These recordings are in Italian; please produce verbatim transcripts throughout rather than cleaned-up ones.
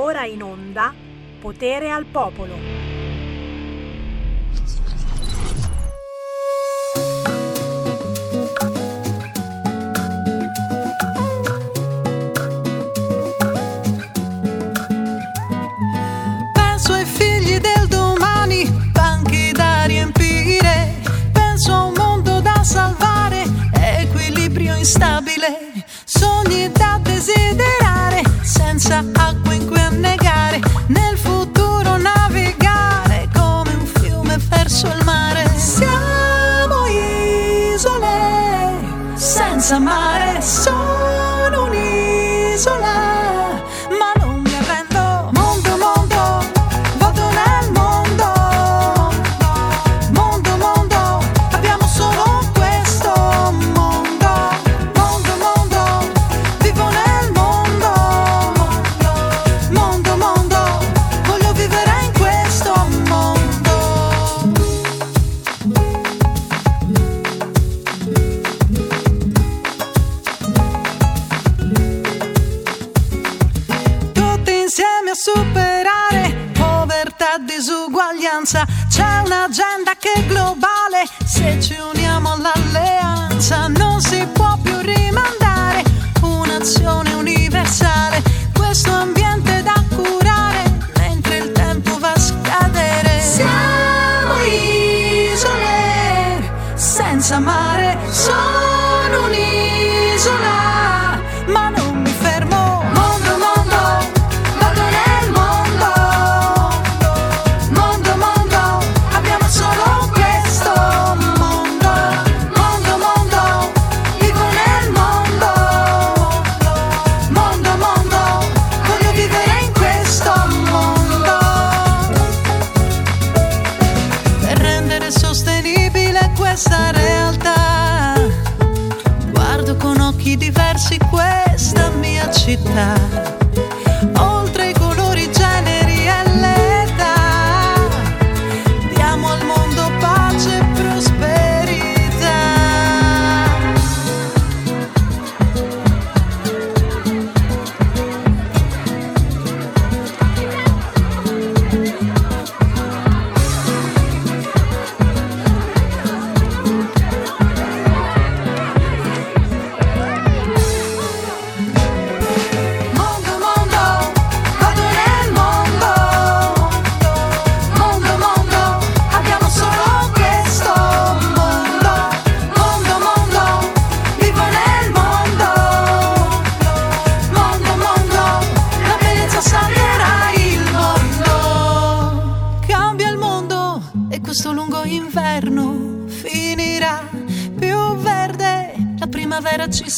ora in onda Potere al Popolo. Penso ai figli del domani, banchi da riempire. Penso a un mondo da salvare, equilibrio instabile. Sogni da desiderare, senza acqua in cui annegare. Nel futuro navigare come un fiume verso il mare. Siamo isole senza mare, sono un'isola. Superare povertà, disuguaglianza. C'è un'agenda che è globale, se ci uniamo all'alleanza non si può più rimandare. Un'azione universale, questo ambiente da curare mentre il tempo va a scadere. Siamo isole senza mare, sono un'isola, ma non mi fermo. Questa realtà, guardo con occhi diversi questa mia città, oltre i colori, generi e l'età, diamo al mondo pace e prosperità. Questo lungo inverno finirà, più verde la primavera ci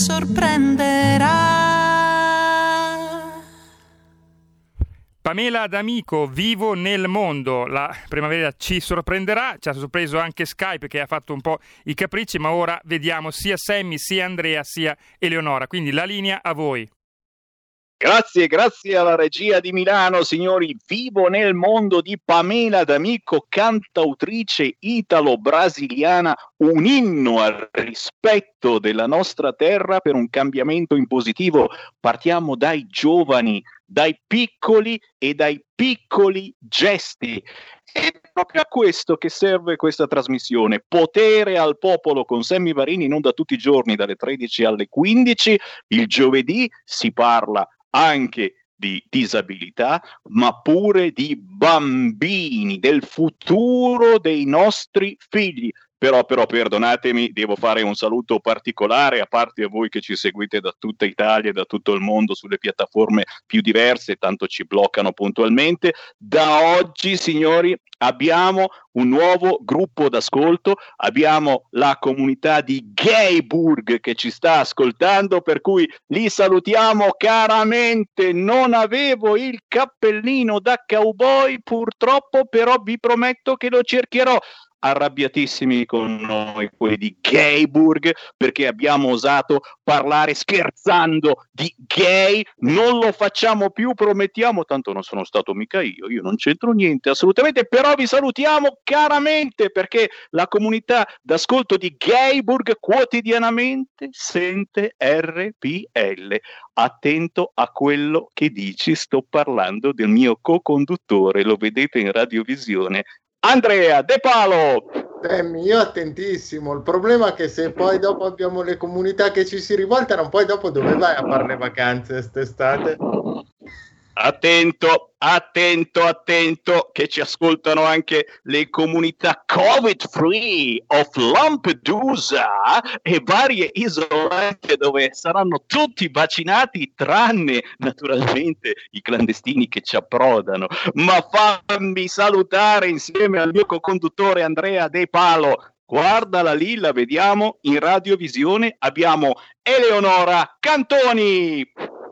sorprenderà. Pamela D'Amico, Vivo nel mondo, la primavera ci sorprenderà, ci ha sorpreso anche Skype che ha fatto un po' i capricci, ma ora vediamo sia Sammy, sia Andrea, sia Eleonora, quindi la linea a voi. Grazie, grazie alla regia di Milano, signori. Vivo nel mondo di Pamela D'Amico, cantautrice italo-brasiliana, un inno al rispetto della nostra terra per un cambiamento in positivo. Partiamo dai giovani, dai piccoli e dai piccoli gesti. È proprio a questo che serve questa trasmissione. Potere al popolo con Sammy Varini, in onda tutti i giorni dalle tredici alle quindici. Il giovedì si parla anche di disabilità, ma pure di bambini, del futuro dei nostri figli. Però, però, perdonatemi, devo fare un saluto particolare, a parte a voi che ci seguite da tutta Italia e da tutto il mondo sulle piattaforme più diverse, tanto ci bloccano puntualmente. Da oggi, signori, abbiamo un nuovo gruppo d'ascolto, abbiamo la comunità di Gayburg che ci sta ascoltando, per cui li salutiamo caramente. Non avevo il cappellino da cowboy, purtroppo, però vi prometto che lo cercherò. arrabbiatissimi con noi, quelli di Gayburg, perché abbiamo osato parlare scherzando di gay. Non lo facciamo più, promettiamo, tanto non sono stato mica io, io non c'entro niente assolutamente, però vi salutiamo caramente perché la comunità d'ascolto di Gayburg quotidianamente sente R P L. Attento a quello che dici, sto parlando del mio co-conduttore, lo vedete in radiovisione, Andrea De Palo. Sammy, io attentissimo, il problema è che se poi dopo abbiamo le comunità che ci si rivoltano, poi dopo dove vai a fare le vacanze quest'estate? Attento, attento, attento, che ci ascoltano anche le comunità Covid-free of Lampedusa e varie isole dove saranno tutti vaccinati, tranne naturalmente i clandestini che ci approdano. Ma fammi salutare insieme al mio co-conduttore Andrea De Palo. Guardala lì, la vediamo in radiovisione. Abbiamo Eleonora Cantoni.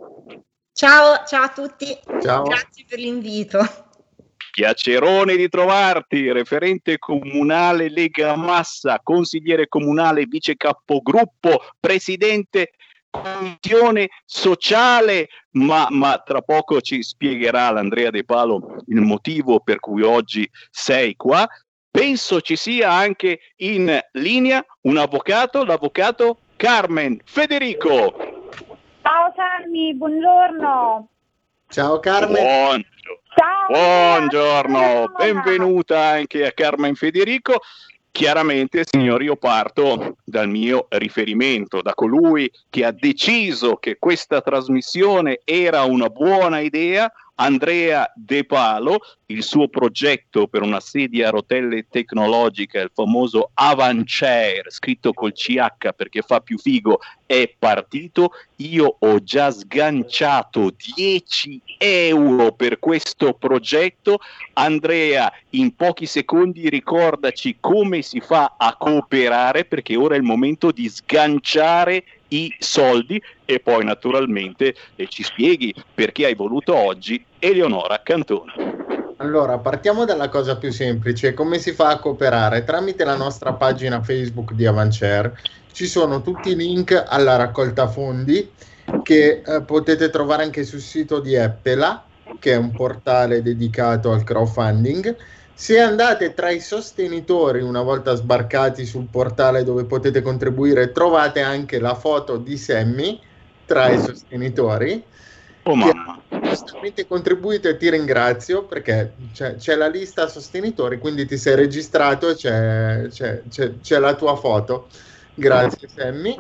Ciao, ciao a tutti, Ciao. Grazie per l'invito. Piacerone di trovarti, referente comunale Lega Massa, consigliere comunale, vice capogruppo, presidente commissione sociale, ma, ma tra poco ci spiegherà l'Andrea De Palo il motivo per cui oggi sei qua. Penso ci sia anche in linea un avvocato, l'avvocato Carmen Federico. Ciao Sammy, buongiorno. Ciao Carmen. Buongiorno. Ciao. Buongiorno, benvenuta anche a Carmen Federico. Chiaramente, signori, io parto dal mio riferimento, da colui che ha deciso che questa trasmissione era una buona idea, Andrea De Palo. Il suo progetto per una sedia a rotelle tecnologica, il famoso Avanchair, scritto col C H perché fa più figo, è partito. Io ho già sganciato dieci euro per questo progetto. Andrea, in pochi secondi ricordaci come si fa a cooperare, perché ora è il momento di sganciare i soldi e poi naturalmente eh, ci spieghi perché hai voluto oggi Eleonora Cantoni. Allora, partiamo dalla cosa più semplice, come si fa a cooperare? Tramite la nostra pagina Facebook di Avanchair ci sono tutti i link alla raccolta fondi che eh, potete trovare anche sul sito di Eppela, che è un portale dedicato al crowdfunding. Se andate tra i sostenitori, una volta sbarcati sul portale dove potete contribuire, trovate anche la foto di Sammy tra i sostenitori. Oh mamma. Giustamente contribuito e ti ringrazio perché c'è, c'è la lista sostenitori, quindi ti sei registrato e c'è, c'è, c'è, c'è la tua foto. Grazie Sammy.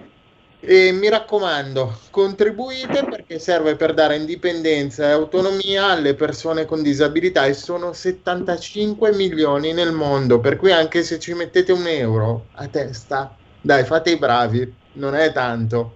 E mi raccomando, contribuite perché serve per dare indipendenza e autonomia alle persone con disabilità e sono settantacinque milioni nel mondo, per cui anche se ci mettete un euro a testa, dai, fate i bravi, non è tanto.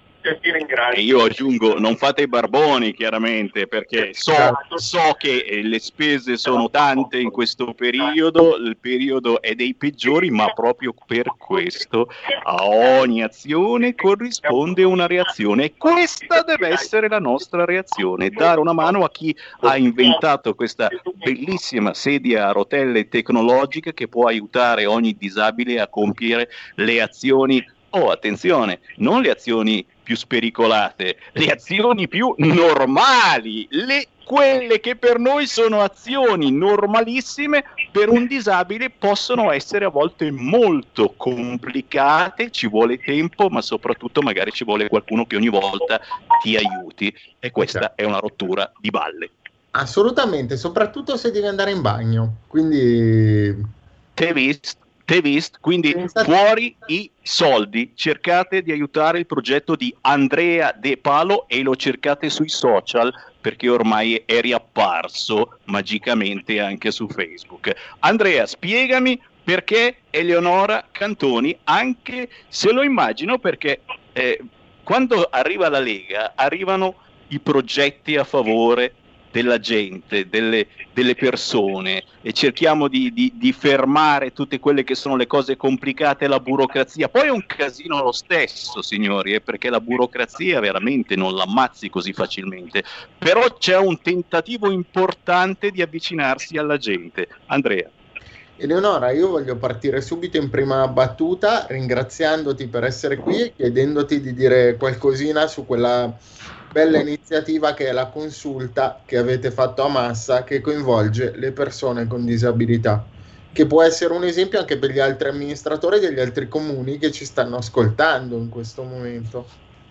E io aggiungo, non fate i barboni chiaramente, perché so, so che eh, le spese sono tante in questo periodo, il periodo è dei peggiori, ma proprio per questo a ogni azione corrisponde una reazione e questa deve essere la nostra reazione, dare una mano a chi ha inventato questa bellissima sedia a rotelle tecnologica che può aiutare ogni disabile a compiere le azioni. Oh, attenzione, non le azioni più spericolate, le azioni più normali, le, quelle che per noi sono azioni normalissime, per un disabile possono essere a volte molto complicate, ci vuole tempo, ma soprattutto magari ci vuole qualcuno che ogni volta ti aiuti e questa è una rottura di balle. Assolutamente, soprattutto se devi andare in bagno, quindi... T'hai visto? T'hai visto? Quindi fuori i soldi, cercate di aiutare il progetto di Andrea De Palo e lo cercate sui social perché ormai è riapparso magicamente anche su Facebook. Andrea, spiegami perché Eleonora Cantoni, anche se lo immagino perché eh, quando arriva la Lega arrivano i progetti a favore della gente, delle, delle persone e cerchiamo di, di, di fermare tutte quelle che sono le cose complicate, la burocrazia. Poi è un casino lo stesso, signori, eh, perché la burocrazia veramente non l'ammazzi così facilmente, però c'è un tentativo importante di avvicinarsi alla gente. Andrea. Eleonora, io voglio partire subito in prima battuta ringraziandoti per essere qui e chiedendoti di dire qualcosina su quella bella iniziativa che è la consulta che avete fatto a Massa, che coinvolge le persone con disabilità, che può essere un esempio anche per gli altri amministratori degli altri comuni che ci stanno ascoltando in questo momento.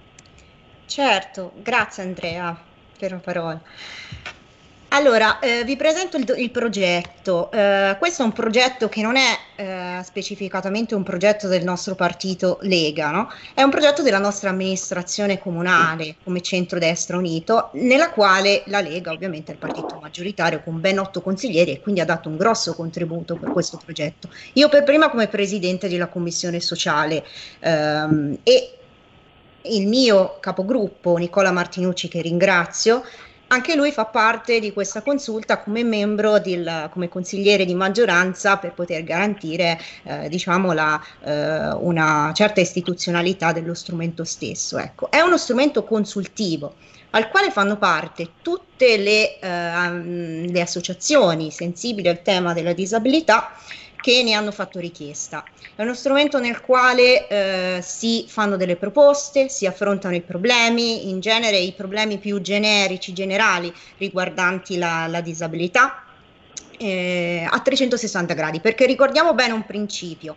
Certo, grazie Andrea per la parola. Allora, eh, vi presento il, il progetto. Eh, questo è un progetto che non è eh, specificatamente un progetto del nostro partito Lega, no? È un progetto della nostra amministrazione comunale come centrodestra unito, nella quale la Lega ovviamente è il partito maggioritario con ben otto consiglieri e quindi ha dato un grosso contributo per questo progetto. Io per prima come presidente della commissione sociale ehm, e il mio capogruppo Nicola Martinucci, che ringrazio, anche lui fa parte di questa consulta come membro, del, come consigliere di maggioranza per poter garantire eh, diciamo la, eh, una certa istituzionalità dello strumento stesso. Ecco. È uno strumento consultivo al quale fanno parte tutte le, eh, le associazioni sensibili al tema della disabilità che ne hanno fatto richiesta. È uno strumento nel quale eh, si fanno delle proposte, si affrontano i problemi, in genere i problemi più generici, generali, riguardanti la, la disabilità, eh, a trecentosessanta gradi, perché ricordiamo bene un principio.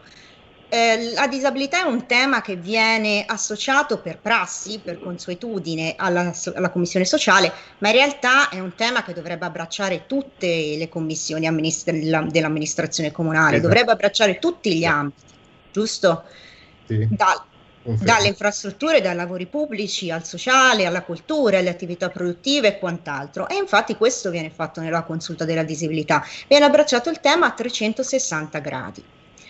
Eh, la disabilità è un tema che viene associato per prassi, per consuetudine alla, alla commissione sociale, ma in realtà è un tema che dovrebbe abbracciare tutte le commissioni amministra- dell'amministrazione comunale, esatto. Dovrebbe abbracciare tutti gli ambiti, giusto? Sì. Da, dalle infrastrutture, dai lavori pubblici, al sociale, alla cultura, alle attività produttive e quant'altro. E infatti questo viene fatto nella consulta della disabilità. Viene abbracciato il tema a trecentosessanta gradi.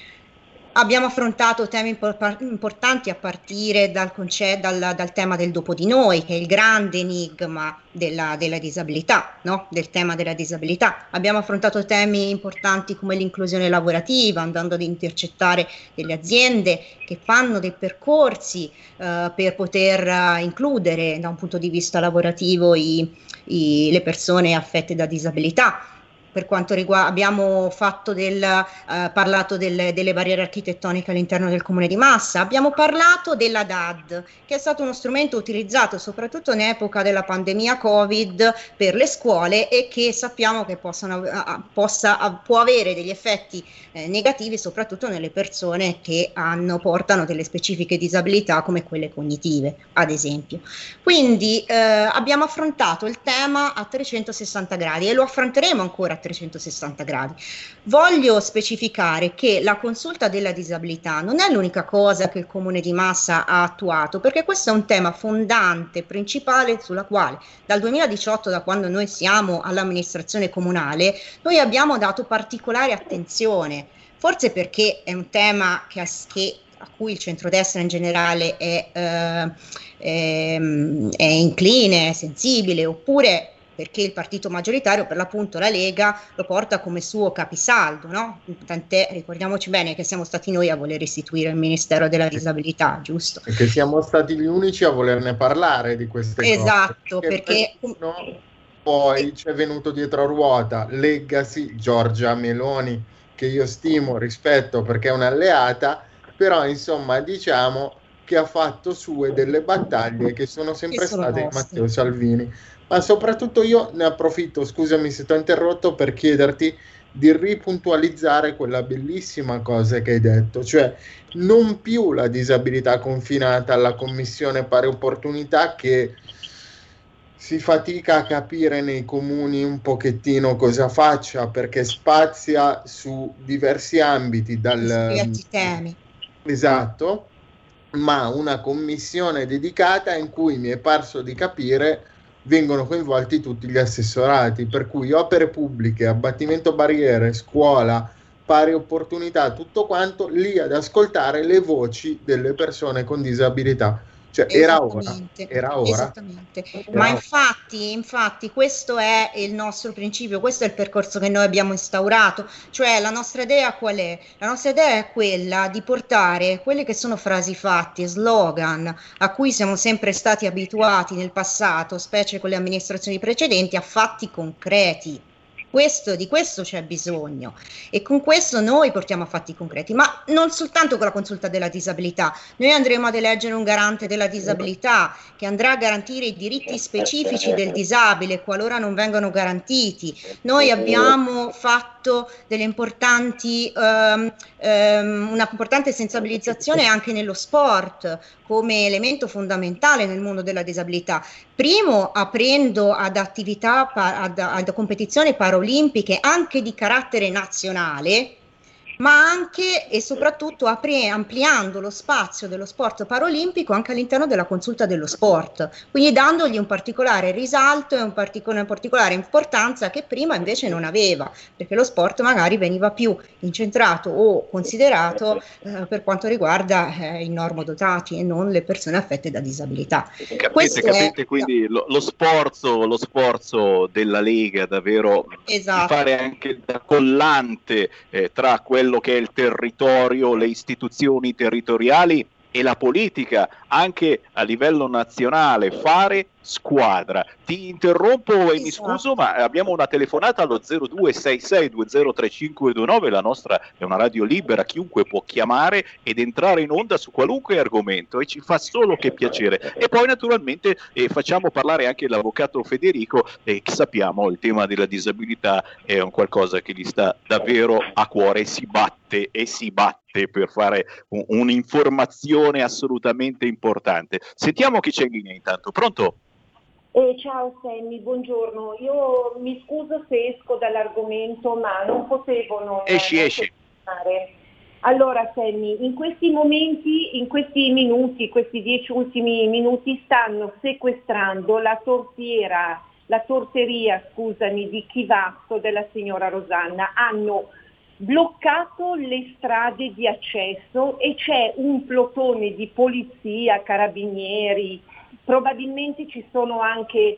Abbiamo affrontato temi impor- importanti a partire dal, conce- dal, dal tema del dopo di noi, che è il grande enigma della, della disabilità, no? Del tema della disabilità. Abbiamo affrontato temi importanti come l'inclusione lavorativa, andando ad intercettare delle aziende che fanno dei percorsi uh, per poter uh, includere da un punto di vista lavorativo i, i, le persone affette da disabilità. Per quanto riguarda, abbiamo fatto del, eh, parlato del, delle barriere architettoniche all'interno del comune di Massa, abbiamo parlato della D A D, che è stato uno strumento utilizzato soprattutto in epoca della pandemia Covid per le scuole e che sappiamo che possono, possa, può avere degli effetti eh, negativi soprattutto nelle persone che hanno, portano delle specifiche disabilità come quelle cognitive, ad esempio. Quindi eh, abbiamo affrontato il tema a trecentosessanta gradi e lo affronteremo ancora a trecentosessanta gradi. Voglio specificare che la consulta della disabilità non è l'unica cosa che il comune di Massa ha attuato, perché questo è un tema fondante, principale, sulla quale dal duemiladiciotto, da quando noi siamo all'amministrazione comunale, noi abbiamo dato particolare attenzione, forse perché è un tema che, che a cui il centrodestra in generale è, eh, è, è incline, è sensibile, oppure perché il partito maggioritario, per l'appunto la Lega, lo porta come suo capisaldo, no? Tant'è, ricordiamoci bene che siamo stati noi a voler istituire il Ministero della Disabilità, giusto? E che siamo stati gli unici a volerne parlare di queste esatto, cose. perché... No, poi ci è venuto dietro a ruota Legacy, Giorgia Meloni, che io stimo, rispetto perché è un'alleata, però insomma diciamo che ha fatto sue delle battaglie che sono sempre che sono state nostre. Matteo Salvini. Ma soprattutto io ne approfitto, scusami se ti ho interrotto, per chiederti di ripuntualizzare quella bellissima cosa che hai detto, cioè non più la disabilità confinata alla commissione pari opportunità che si fatica a capire nei comuni un pochettino cosa faccia, perché spazia su diversi ambiti dal temi. Esatto, ma una commissione dedicata in cui mi è parso di capire vengono coinvolti tutti gli assessorati, per cui opere pubbliche, abbattimento barriere, scuola, pari opportunità, tutto quanto lì ad ascoltare le voci delle persone con disabilità. Cioè era ora, era ora. Esattamente. Era Ma ora. infatti, infatti questo è il nostro principio, questo è il percorso che noi abbiamo instaurato, cioè la nostra idea qual è? La nostra idea è quella di portare quelle che sono frasi fatte, slogan, a cui siamo sempre stati abituati nel passato, specie con le amministrazioni precedenti, a fatti concreti. Questo, di questo c'è bisogno e con questo noi portiamo a fatti concreti, ma non soltanto con la consulta della disabilità. Noi andremo ad eleggere un garante della disabilità che andrà a garantire i diritti specifici del disabile qualora non vengano garantiti. Noi abbiamo fatto delle importanti, um, um, una importante sensibilizzazione anche nello sport come elemento fondamentale nel mondo della disabilità. Primo, aprendo ad attività, ad, ad competizioni paraolimpiche anche di carattere nazionale, ma anche e soprattutto apri, ampliando lo spazio dello sport paraolimpico anche all'interno della consulta dello sport, quindi dandogli un particolare risalto e un partic- una particolare importanza che prima invece non aveva, perché lo sport magari veniva più incentrato o considerato eh, per quanto riguarda eh, i normodotati e non le persone affette da disabilità. Capite, capite è... quindi lo, lo sforzo lo sforzo della Lega davvero esatto. di fare anche da collante eh, tra quello che è il territorio, le istituzioni territoriali e la politica anche a livello nazionale, fare squadra. Ti interrompo e mi scuso, ma abbiamo una telefonata allo zero due sei sei due zero tre cinque due nove, la nostra è una radio libera, chiunque può chiamare ed entrare in onda su qualunque argomento e ci fa solo che piacere. E poi naturalmente eh, facciamo parlare anche l'avvocato Federico, e eh, sappiamo il tema della disabilità è un qualcosa che gli sta davvero a cuore e si batte e si batte per fare un, un'informazione assolutamente importante. Sentiamo chi c'è in linea intanto. Pronto? Eh, ciao Sammy, buongiorno. Io mi scuso se esco dall'argomento, ma non potevo non esci, non esci. Pensare. Allora Sammy, in questi momenti, in questi minuti, questi dieci ultimi minuti stanno sequestrando la tortiera, la torteria, scusami, di Chivasso della signora Rosanna. Hanno bloccato le strade di accesso e c'è un plotone di polizia, carabinieri, probabilmente ci sono anche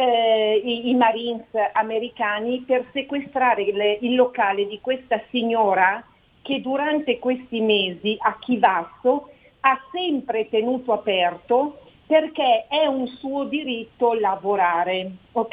eh, i, i Marines americani per sequestrare le, il locale di questa signora che durante questi mesi a Chivasso ha sempre tenuto aperto perché è un suo diritto lavorare, ok?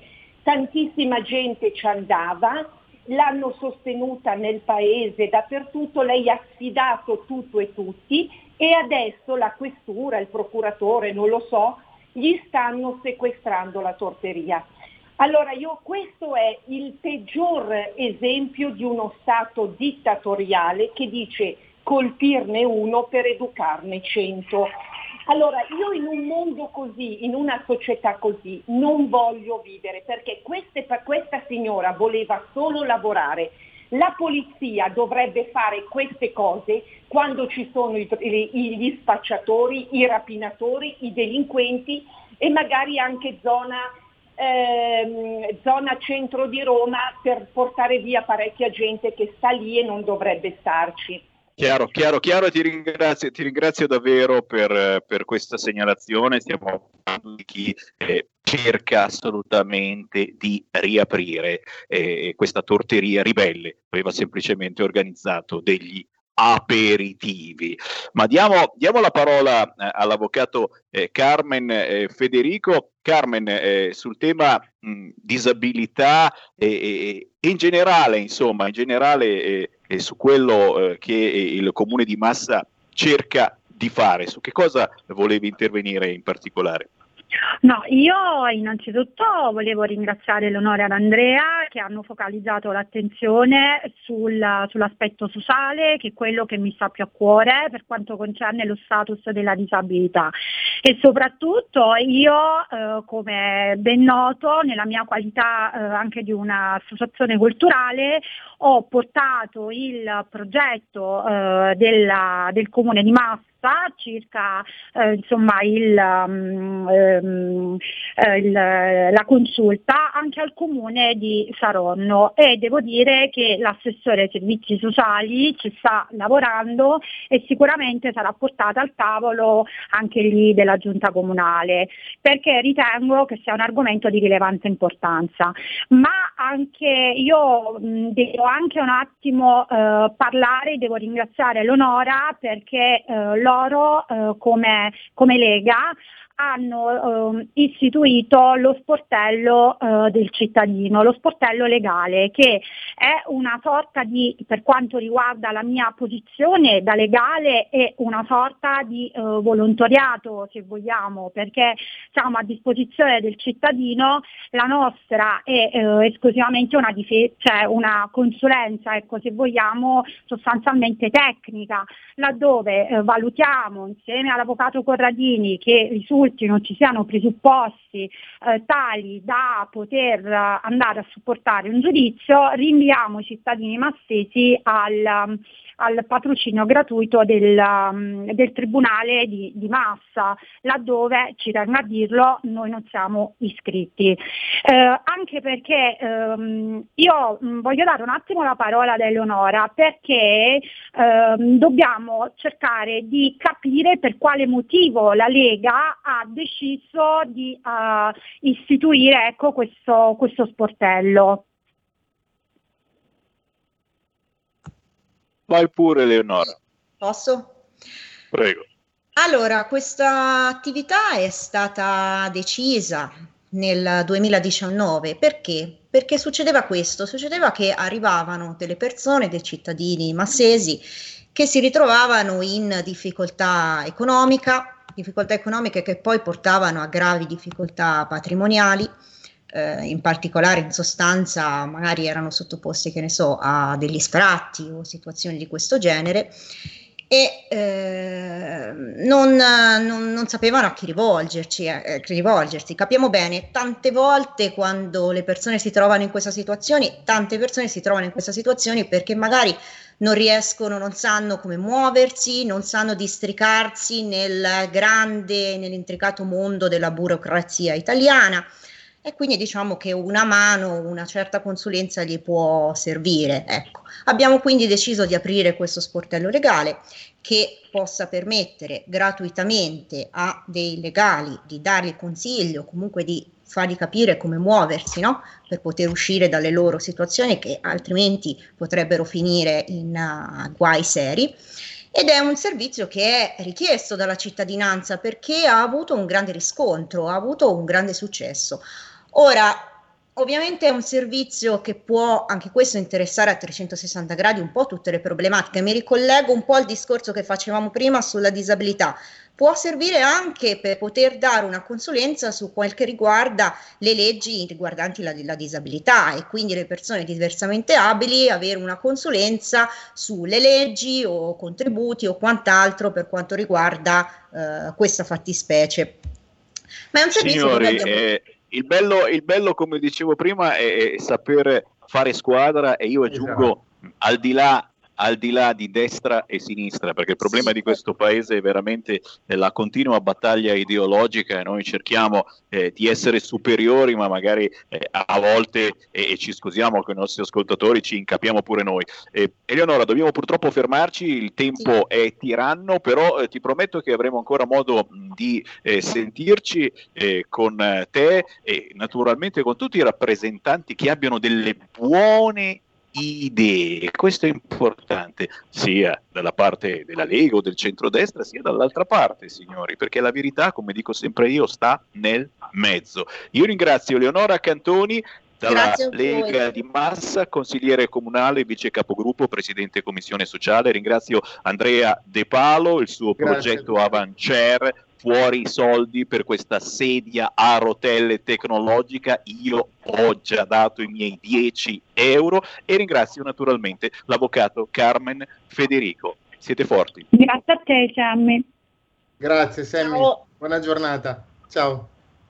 Tantissima gente ci andava, l'hanno sostenuta nel paese, dappertutto, lei ha sfidato tutto e tutti e adesso la questura, il procuratore, non lo so, gli stanno sequestrando la torteria. Allora io questo è il peggior esempio di uno Stato dittatoriale che dice colpirne uno per educarne cento. Allora io in un mondo così, in una società così, non voglio vivere perché queste, questa signora voleva solo lavorare. La polizia dovrebbe fare queste cose quando ci sono i, i, gli spacciatori, i rapinatori, i delinquenti e magari anche zona, ehm, zona centro di Roma per portare via parecchia gente che sta lì e non dovrebbe starci. Chiaro, chiaro, chiaro, ti ringrazio, ti ringrazio davvero per, per questa segnalazione. Stiamo parlando di chi eh, cerca assolutamente di riaprire eh, questa torteria ribelle, aveva semplicemente organizzato degli aperitivi. Ma diamo, diamo la parola eh, all'avvocato eh, Carmen eh, Federico. Carmen, eh, sul tema mh, disabilità e eh, eh, in generale, insomma, in generale eh, eh, su quello eh, che il Comune di Massa cerca di fare, su che cosa volevi intervenire in particolare? No, io innanzitutto volevo ringraziare Eleonora ed Andrea che hanno focalizzato l'attenzione sul, sull'aspetto sociale, che è quello che mi sta più a cuore per quanto concerne lo status della disabilità. E soprattutto io, eh, come ben noto, nella mia qualità eh, anche di un'associazione culturale, ho portato il progetto eh, della, del Comune di Massa circa eh, insomma il, um, um, il, la consulta anche al comune di Saronno e devo dire che l'assessore ai servizi sociali ci sta lavorando e sicuramente sarà portata al tavolo anche lì della giunta comunale perché ritengo che sia un argomento di rilevanza e importanza, ma anche io mh, devo anche un attimo eh, parlare, devo ringraziare Eleonora perché eh, loro eh, come, come Lega hanno eh, istituito lo sportello eh, del cittadino, lo sportello legale, che è una sorta di, per quanto riguarda la mia posizione da legale, è una sorta di eh, volontariato, se vogliamo, perché siamo a disposizione del cittadino. La nostra è eh, esclusivamente una, dife- cioè una consulenza, ecco, se vogliamo, sostanzialmente tecnica, laddove eh, valutiamo insieme all'avvocato Corradini che risulta non ci siano presupposti eh, tali da poter uh, andare a supportare un giudizio, rinviamo i cittadini massesi al, um, al patrocinio gratuito del, um, del Tribunale di, di Massa, laddove, ci tengo a dirlo, noi non siamo iscritti. Eh, anche perché ehm, io mh, voglio dare un attimo la parola ad Eleonora, perché ehm, dobbiamo cercare di capire per quale motivo la Lega ha deciso di uh, istituire, ecco, questo, questo sportello. Vai pure, Eleonora. Posso? Prego. Allora, questa attività è stata decisa nel duemiladiciannove. Perché? Perché succedeva questo, succedeva che arrivavano delle persone, dei cittadini massesi, che si ritrovavano in difficoltà economica, difficoltà economiche che poi portavano a gravi difficoltà patrimoniali, eh, in particolare, in sostanza, magari erano sottoposti, che ne so, a degli sfratti o situazioni di questo genere, e eh, non, non, non sapevano a chi rivolgerci, eh, rivolgersi. Capiamo bene, tante volte quando le persone si trovano in questa situazione, tante persone si trovano in questa situazione perché magari non riescono, non sanno come muoversi, non sanno districarsi nel grande, nell'intricato mondo della burocrazia italiana, e quindi diciamo che una mano, una certa consulenza gli può servire. Ecco. Abbiamo quindi deciso di aprire questo sportello legale che possa permettere gratuitamente a dei legali di dargli consiglio, comunque di fargli capire come muoversi, no? Per poter uscire dalle loro situazioni che altrimenti potrebbero finire in uh, guai seri. Ed è un servizio che è richiesto dalla cittadinanza perché ha avuto un grande riscontro, ha avuto un grande successo. Ora, ovviamente è un servizio che può anche questo interessare a trecentosessanta gradi un po' tutte le problematiche. Mi ricollego un po' al discorso che facevamo prima sulla disabilità. Può servire anche per poter dare una consulenza su quel che riguarda le leggi riguardanti la, la disabilità, e quindi le persone diversamente abili avere una consulenza sulle leggi o contributi o quant'altro per quanto riguarda eh, questa fattispecie. Ma è un servizio Signori, dove abbiamo... eh, il, bello, il bello, come dicevo prima, è, è saper fare squadra, e io aggiungo, esatto, al di là al di là di destra e sinistra, perché il problema sì. di questo paese è veramente eh, la continua battaglia ideologica, e noi cerchiamo eh, di essere superiori, ma magari eh, a volte, e, e ci scusiamo con i nostri ascoltatori, ci incapiamo pure noi. Eh, Eleonora, dobbiamo purtroppo fermarci, il tempo sì. è tiranno, però eh, ti prometto che avremo ancora modo di eh, sentirci eh, con te e naturalmente con tutti i rappresentanti che abbiano delle buone idee. Questo è importante, sia dalla parte della Lega o del centrodestra, sia dall'altra parte, signori, perché la verità, come dico sempre io, sta nel mezzo. Io ringrazio Eleonora Cantoni dalla Lega di Massa, consigliere comunale, vice capogruppo, presidente commissione sociale. Ringrazio Andrea De Palo, il suo Grazie. progetto Avancer, fuori i soldi per questa sedia a rotelle tecnologica. Io ho già dato i miei dieci euro, e ringrazio naturalmente l'avvocato Carmen Federico. Siete forti. Grazie a te, Sammy. Grazie, Sammy. Ciao. Buona giornata. Ciao.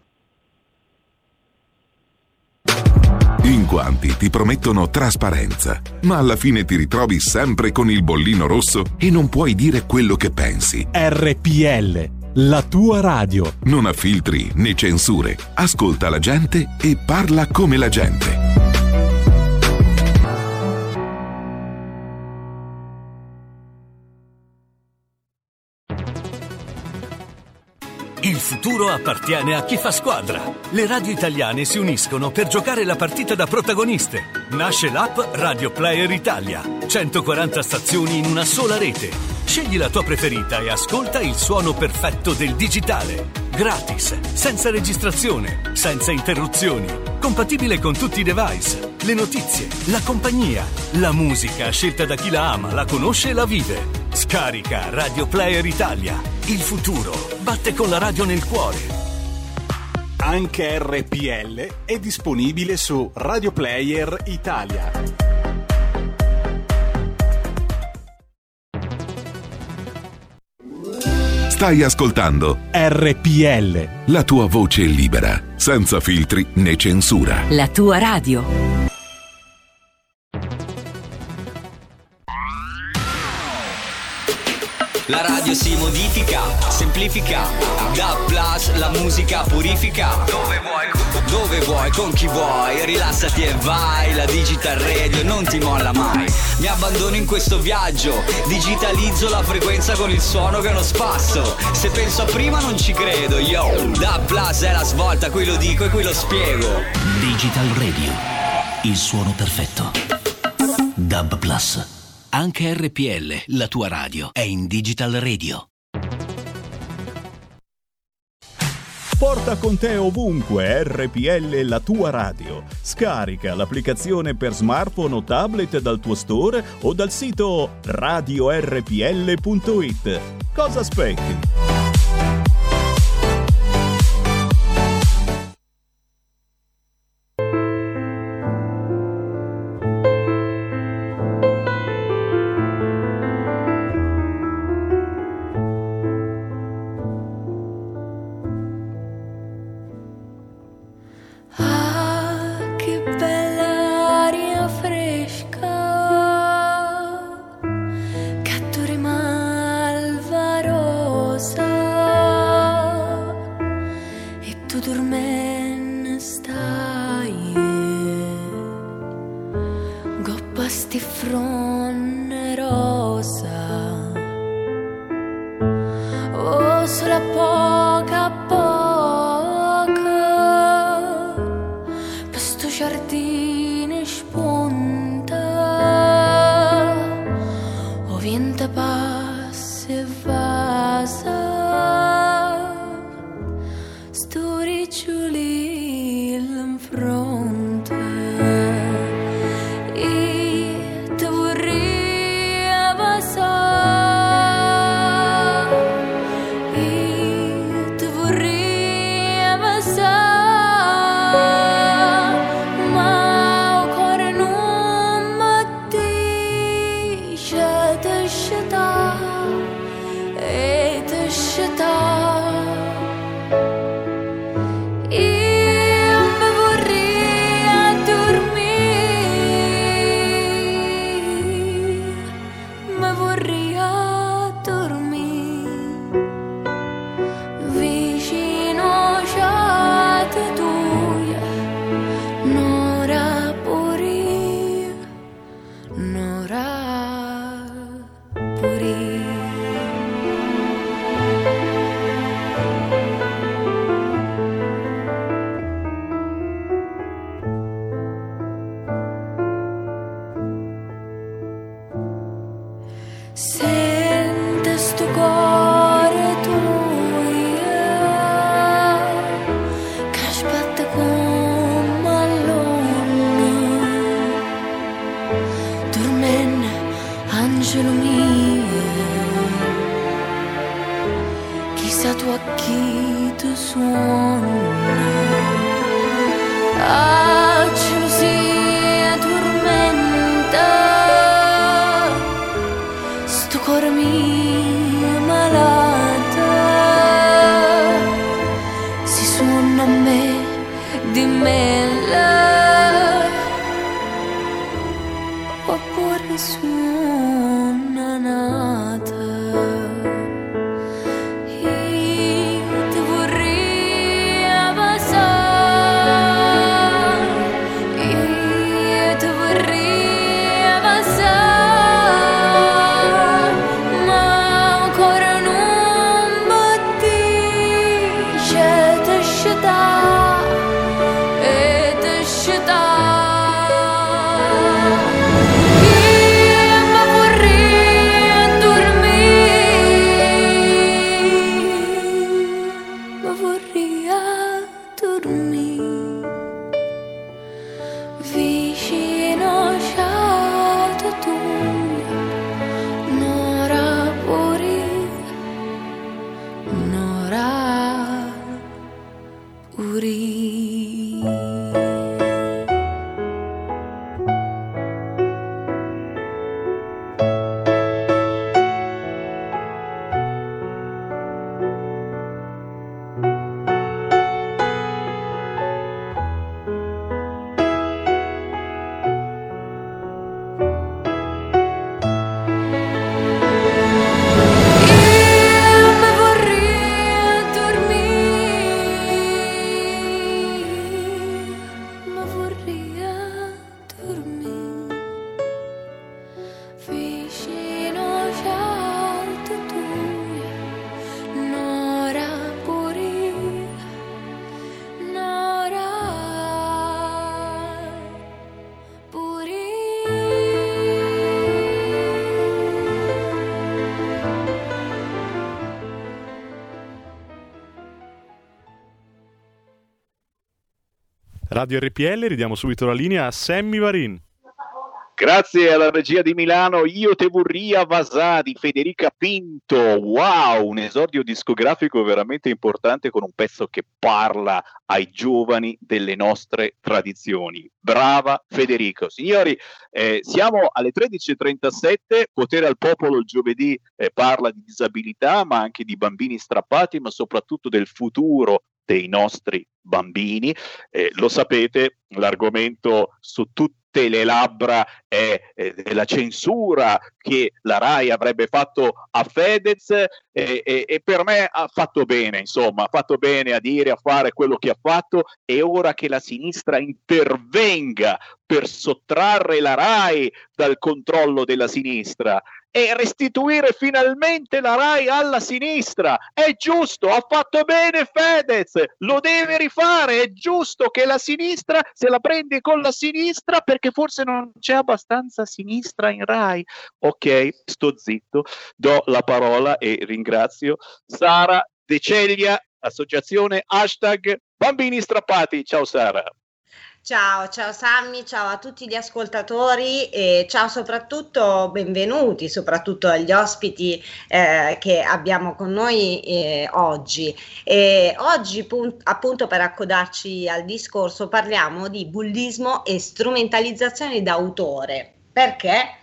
In quanti ti promettono trasparenza, ma alla fine ti ritrovi sempre con il bollino rosso e non puoi dire quello che pensi. R P L, la tua radio. Non ha filtri né censure. Ascolta la gente e parla come la gente. Il futuro appartiene a chi fa squadra. Le radio italiane si uniscono per giocare la partita da protagoniste. Nasce l'app Radio Player Italia. centoquaranta stazioni in una sola rete. Scegli la tua preferita e ascolta il suono perfetto del digitale. Gratis, senza registrazione, senza interruzioni, compatibile con tutti i device, le notizie, la compagnia, la musica scelta da chi la ama, la conosce e la vive. Scarica Radio Player Italia. Il futuro batte con la radio nel cuore. Anche R P L è disponibile su Radio Player Italia. Stai ascoltando R P L, la tua voce libera, senza filtri né censura. La tua radio. La radio si modifica, semplifica, da plus la musica purifica. Dove vuoi, dove vuoi, con chi vuoi, rilassati e vai. La Digital Radio non ti molla mai. Mi abbandono in questo viaggio, digitalizzo la frequenza con il suono che è uno spasso. Se penso a prima non ci credo, yo. Da plus è la svolta, qui lo dico e qui lo spiego. Digital Radio, il suono perfetto. Dub Plus. Anche R P L, la tua radio, è in Digital Radio. Porta con te ovunque R P L, la tua radio. Scarica l'applicazione per smartphone o tablet dal tuo store o dal sito radio r p l punto i t. Cosa aspetti? Fronte e te vorrei Radio R P L, ridiamo subito la linea a Sammy Varin. Grazie alla regia di Milano, Io te vorria Vasà di Federica Pinto. Wow, un esordio discografico veramente importante con un pezzo che parla ai giovani delle nostre tradizioni. Brava Federico. Signori, eh, siamo alle tredici e trentasette, Potere al Popolo il giovedì eh, parla di disabilità, ma anche di bambini strappati, ma soprattutto del futuro dei nostri bambini. Eh, lo sapete, l'argomento su tutti le labbra è eh, della censura che la RAI avrebbe fatto a Fedez eh, eh, e per me ha fatto bene, insomma, ha fatto bene a dire, a fare quello che ha fatto. E ora che la sinistra intervenga per sottrarre la RAI dal controllo della sinistra e restituire finalmente la RAI alla sinistra, è giusto, ha fatto bene Fedez, lo deve rifare, è giusto che la sinistra se la prende con la sinistra perché forse non c'è abbastanza sinistra in RAI. Ok, sto zitto, do la parola e ringrazio Sara De Ceglia, associazione hashtag Bambini Strappati. Ciao Sara. Ciao, ciao Sammy, ciao a tutti gli ascoltatori e ciao soprattutto, benvenuti soprattutto agli ospiti eh, che abbiamo con noi eh, oggi. E oggi punt- appunto per accodarci al discorso parliamo di bullismo e strumentalizzazione d'autore. Perché?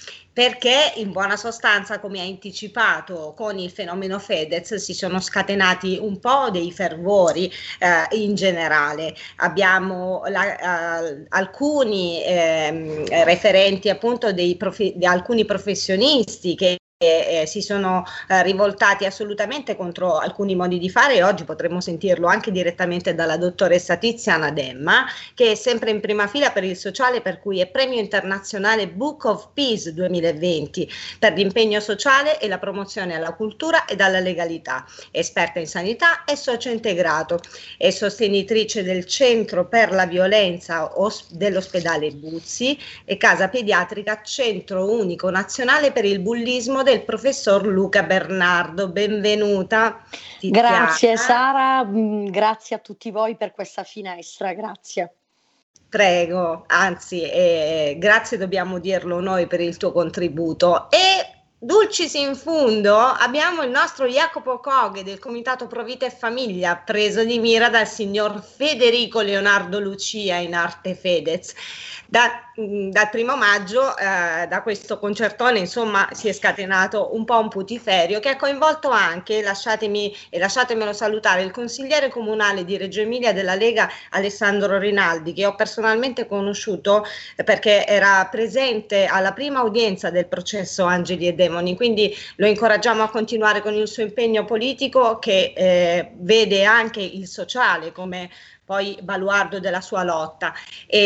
Perché in buona sostanza, come ha anticipato con il fenomeno Fedez, si sono scatenati un po' dei fervori eh, in generale. Abbiamo la, uh, alcuni eh, referenti appunto dei profe- di alcuni professionisti che Eh, si sono eh, rivoltati assolutamente contro alcuni modi di fare, e oggi potremmo sentirlo anche direttamente dalla dottoressa Tiziana Demma, che è sempre in prima fila per il sociale, per cui è premio internazionale Book of Peace duemilaventi per l'impegno sociale e la promozione alla cultura ed alla legalità, esperta in sanità e socio integrato, è sostenitrice del Centro per la Violenza os- dell'ospedale Buzzi e casa pediatrica Centro Unico Nazionale per il Bullismo del professor Luca Bernardo. Benvenuta Tiziana. Grazie Sara, grazie a tutti voi per questa finestra, grazie. Prego, anzi eh, grazie dobbiamo dirlo noi per il tuo contributo. E dulcis in fundo abbiamo il nostro Jacopo Coghe del Comitato Pro Vita e Famiglia, preso di mira dal signor Federico Leonardo Lucia in arte Fedez. Da, dal primo maggio, eh, da questo concertone, insomma, si è scatenato un po' un putiferio che ha coinvolto anche, lasciatemi e lasciatemelo salutare, il consigliere comunale di Reggio Emilia della Lega Alessandro Rinaldi, che ho personalmente conosciuto eh, perché era presente alla prima udienza del processo Angeli e Demoni, quindi lo incoraggiamo a continuare con il suo impegno politico che eh, vede anche il sociale come poi baluardo della sua lotta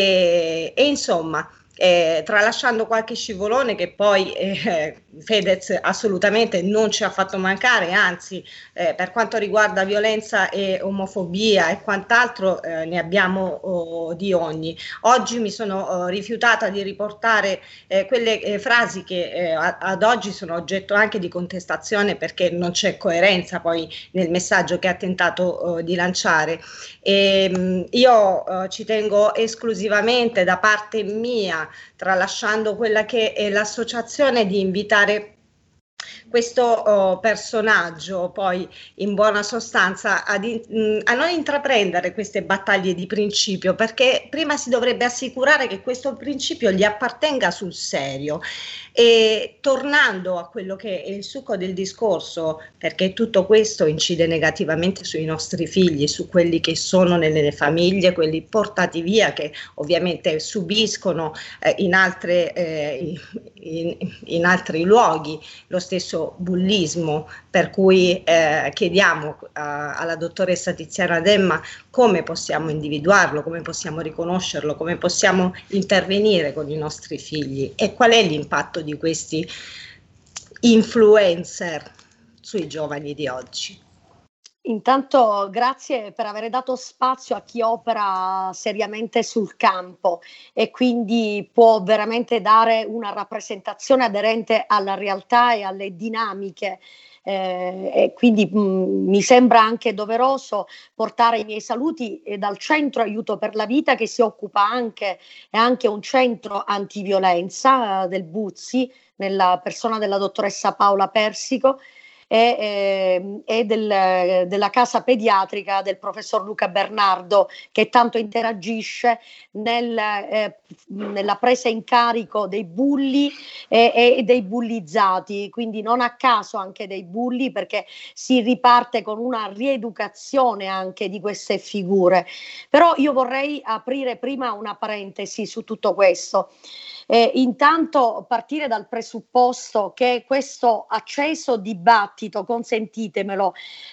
e, e insomma eh, tralasciando qualche scivolone che poi eh, Fedez assolutamente non ci ha fatto mancare, anzi eh, per quanto riguarda violenza e omofobia e quant'altro eh, ne abbiamo oh, di ogni. Oggi mi sono oh, rifiutata di riportare eh, quelle eh, frasi che eh, ad oggi sono oggetto anche di contestazione perché non c'è coerenza poi nel messaggio che ha tentato oh, di lanciare. E, mh, io oh, ci tengo esclusivamente da parte mia, tralasciando quella che è l'associazione, di invitare questo oh, personaggio poi in buona sostanza ad in, mh, a non intraprendere queste battaglie di principio, perché prima si dovrebbe assicurare che questo principio gli appartenga sul serio. E tornando a quello che è il succo del discorso, perché tutto questo incide negativamente sui nostri figli, su quelli che sono nelle famiglie, quelli portati via, che ovviamente subiscono eh, in, altre, eh, in, in altri luoghi lo stesso bullismo, per cui eh, chiediamo uh, alla dottoressa Tiziana Demma come possiamo individuarlo, come possiamo riconoscerlo, come possiamo intervenire con i nostri figli e qual è l'impatto di questi influencer sui giovani di oggi. Intanto grazie per aver dato spazio a chi opera seriamente sul campo e quindi può veramente dare una rappresentazione aderente alla realtà e alle dinamiche. Eh, e quindi mh, mi sembra anche doveroso portare i miei saluti eh, dal Centro Aiuto per la Vita, che si occupa anche, è anche un centro antiviolenza eh, del Buzzi, nella persona della dottoressa Paola Persico, e, eh, e del, della casa pediatrica del professor Luca Bernardo, che tanto interagisce nel, eh, nella presa in carico dei bulli e, e dei bullizzati, quindi non a caso anche dei bulli, perché si riparte con una rieducazione anche di queste figure. Però io vorrei aprire prima una parentesi su tutto questo. Eh, intanto partire dal presupposto che questo acceso dibattito, consentitemelo,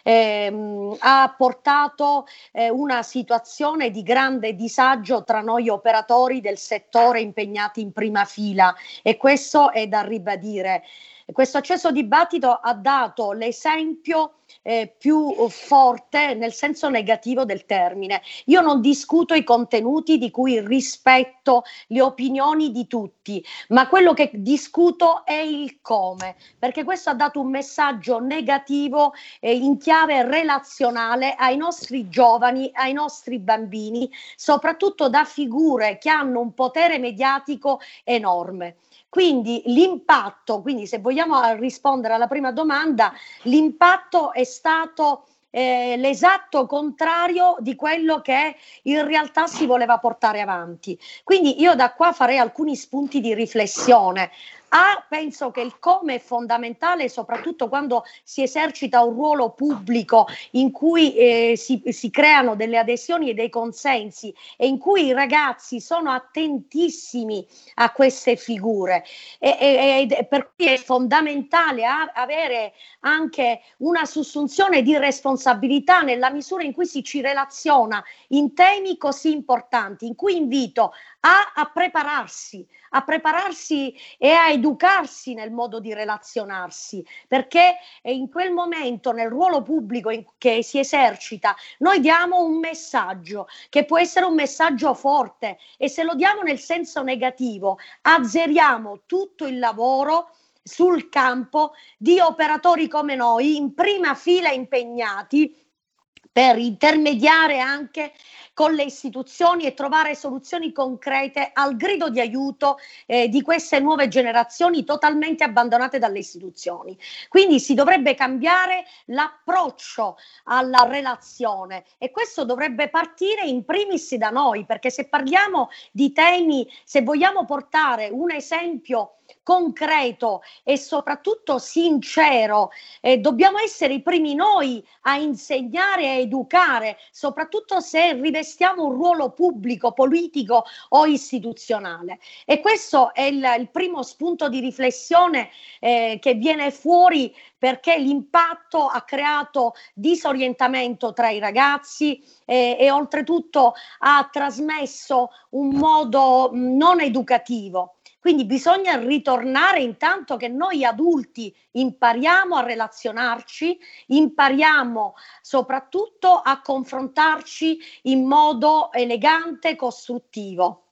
ehm, ha portato eh, una situazione di grande disagio tra noi operatori del settore impegnati in prima fila, e questo è da ribadire. Questo acceso dibattito ha dato l'esempio eh, più forte nel senso negativo del termine. Io non discuto i contenuti, di cui rispetto le opinioni di tutti, ma quello che discuto è il come, perché questo ha dato un messaggio negativo eh, in chiave relazionale ai nostri giovani, ai nostri bambini, soprattutto da figure che hanno un potere mediatico enorme. Quindi l'impatto, quindi se vogliamo rispondere alla prima domanda, l'impatto è stato eh, l'esatto contrario di quello che in realtà si voleva portare avanti. Quindi io da qua farei alcuni spunti di riflessione. A, penso che il come è fondamentale, soprattutto quando si esercita un ruolo pubblico in cui eh, si, si creano delle adesioni e dei consensi e in cui i ragazzi sono attentissimi a queste figure, e, e, e per cui è fondamentale a, avere anche una sussunzione di responsabilità nella misura in cui si ci relaziona in temi così importanti, in cui invito a, a prepararsi, a prepararsi e a educarsi nel modo di relazionarsi, perché in quel momento, nel ruolo pubblico in, che si esercita, noi diamo un messaggio che può essere un messaggio forte, e se lo diamo nel senso negativo azzeriamo tutto il lavoro sul campo di operatori come noi, in prima fila impegnati per intermediare anche con le istituzioni e trovare soluzioni concrete al grido di aiuto eh, di queste nuove generazioni totalmente abbandonate dalle istituzioni. Quindi si dovrebbe cambiare l'approccio alla relazione, e questo dovrebbe partire in primis da noi, perché se parliamo di temi, se vogliamo portare un esempio concreto e soprattutto sincero, eh, dobbiamo essere i primi noi a insegnare e a educare, soprattutto se rivestiamo un ruolo pubblico, politico o istituzionale. E questo è il, il primo spunto di riflessione eh, che viene fuori, perché l'impatto ha creato disorientamento tra i ragazzi eh, e oltretutto ha trasmesso un modo mh, non educativo. Quindi bisogna ritornare, intanto che noi adulti impariamo a relazionarci, impariamo soprattutto a confrontarci in modo elegante, costruttivo.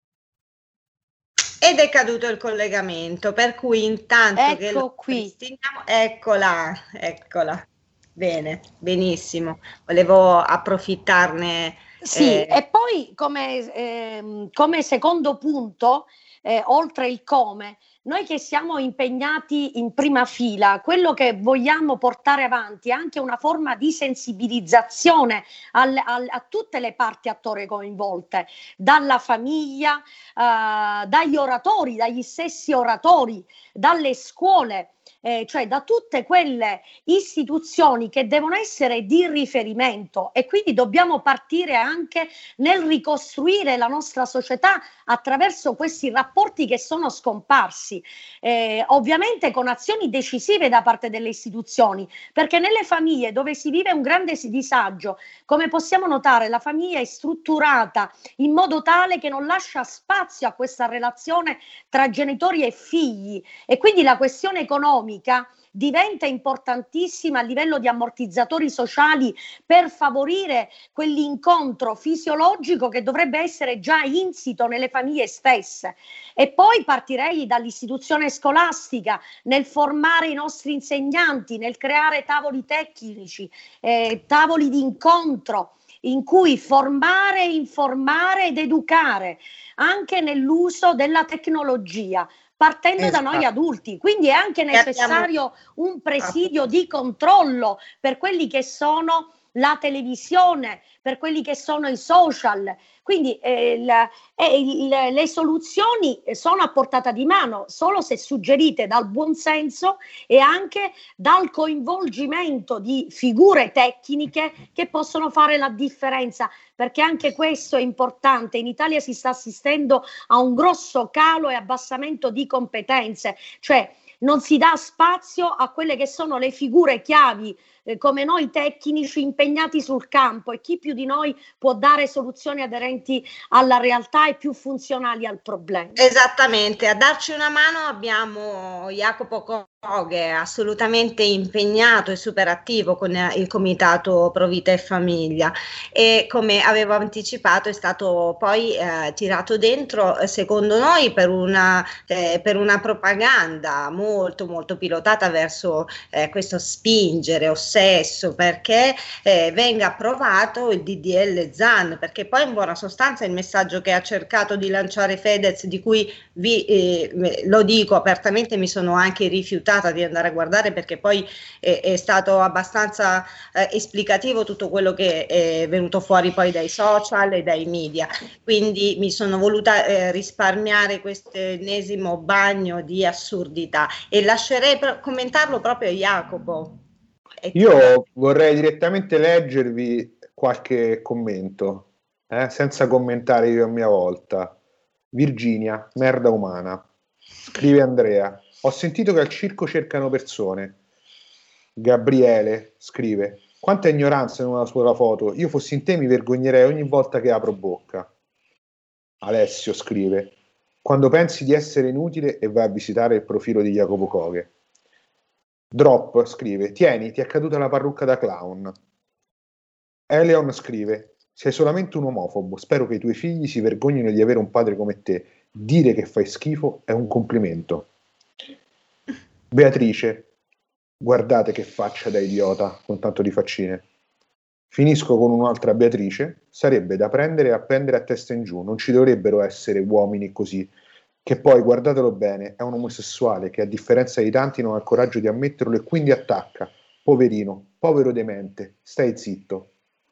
Ed è caduto il collegamento, per cui intanto ecco che lo qui. Eccola, eccola. Bene, benissimo. Volevo approfittarne. Sì, eh... e poi come, eh, come secondo punto, Eh, oltre il come, noi che siamo impegnati in prima fila, quello che vogliamo portare avanti è anche una forma di sensibilizzazione al, al, a tutte le parti attori coinvolte, dalla famiglia, eh, dagli oratori, dagli stessi oratori, dalle scuole. Eh, cioè da tutte quelle istituzioni che devono essere di riferimento, e quindi dobbiamo partire anche nel ricostruire la nostra società attraverso questi rapporti che sono scomparsi, eh, ovviamente con azioni decisive da parte delle istituzioni, perché nelle famiglie dove si vive un grande disagio, come possiamo notare, la famiglia è strutturata in modo tale che non lascia spazio a questa relazione tra genitori e figli, e quindi la questione economica diventa importantissima a livello di ammortizzatori sociali per favorire quell'incontro fisiologico che dovrebbe essere già insito nelle famiglie stesse. E poi partirei dall'istituzione scolastica, nel formare i nostri insegnanti, nel creare tavoli tecnici, eh, tavoli di incontro in cui formare, informare ed educare anche nell'uso della tecnologia, partendo esatto. da noi adulti. Quindi è anche necessario un presidio di controllo per quelli che sono la televisione, per quelli che sono i social. Quindi eh, la, eh, il, le soluzioni sono a portata di mano solo se suggerite dal buonsenso e anche dal coinvolgimento di figure tecniche che possono fare la differenza, perché anche questo è importante. In Italia si sta assistendo a un grosso calo e abbassamento di competenze, cioè non si dà spazio a quelle che sono le figure chiavi, eh, come noi tecnici impegnati sul campo, e chi più di noi può dare soluzioni aderenti alla realtà e più funzionali al problema. Esattamente, a darci una mano abbiamo Jacopo Coghe, assolutamente impegnato e super attivo con il Comitato Pro Vita e Famiglia, e come avevo anticipato è stato poi eh, tirato dentro, secondo noi, per una, eh, per una propaganda molto molto pilotata verso eh, questo spingere ossesso perché eh, venga approvato il D D L Zan, perché poi in buona sostanza il messaggio che ha cercato di lanciare Fedez, di cui vi eh, lo dico apertamente, mi sono anche rifiutata di andare a guardare perché poi è, è stato abbastanza eh, esplicativo tutto quello che è venuto fuori poi dai social e dai media, quindi mi sono voluta eh, risparmiare questo ennesimo bagno di assurdità e lascerei per commentarlo proprio a Jacopo. Io vorrei direttamente leggervi qualche commento, eh, senza commentare io a mia volta. Virginia, merda umana. Scrive Andrea: ho sentito che al circo cercano persone. Gabriele scrive: quanta ignoranza in una sola foto, io fossi in te mi vergognerei ogni volta che apro bocca. Alessio scrive: quando pensi di essere inutile e vai a visitare il profilo di Jacopo Coghe. Drop scrive: tieni, ti è caduta la parrucca da clown. Eleon scrive: sei solamente un omofobo, spero che i tuoi figli si vergognino di avere un padre come te, dire che fai schifo è un complimento. Beatrice: guardate che faccia da idiota con tanto di faccine. Finisco con un'altra Beatrice: sarebbe da prendere e appendere a testa in giù, non ci dovrebbero essere uomini così, che poi, guardatelo bene, è un omosessuale che a differenza di tanti non ha il coraggio di ammetterlo e quindi attacca. Poverino, povero demente, stai zitto.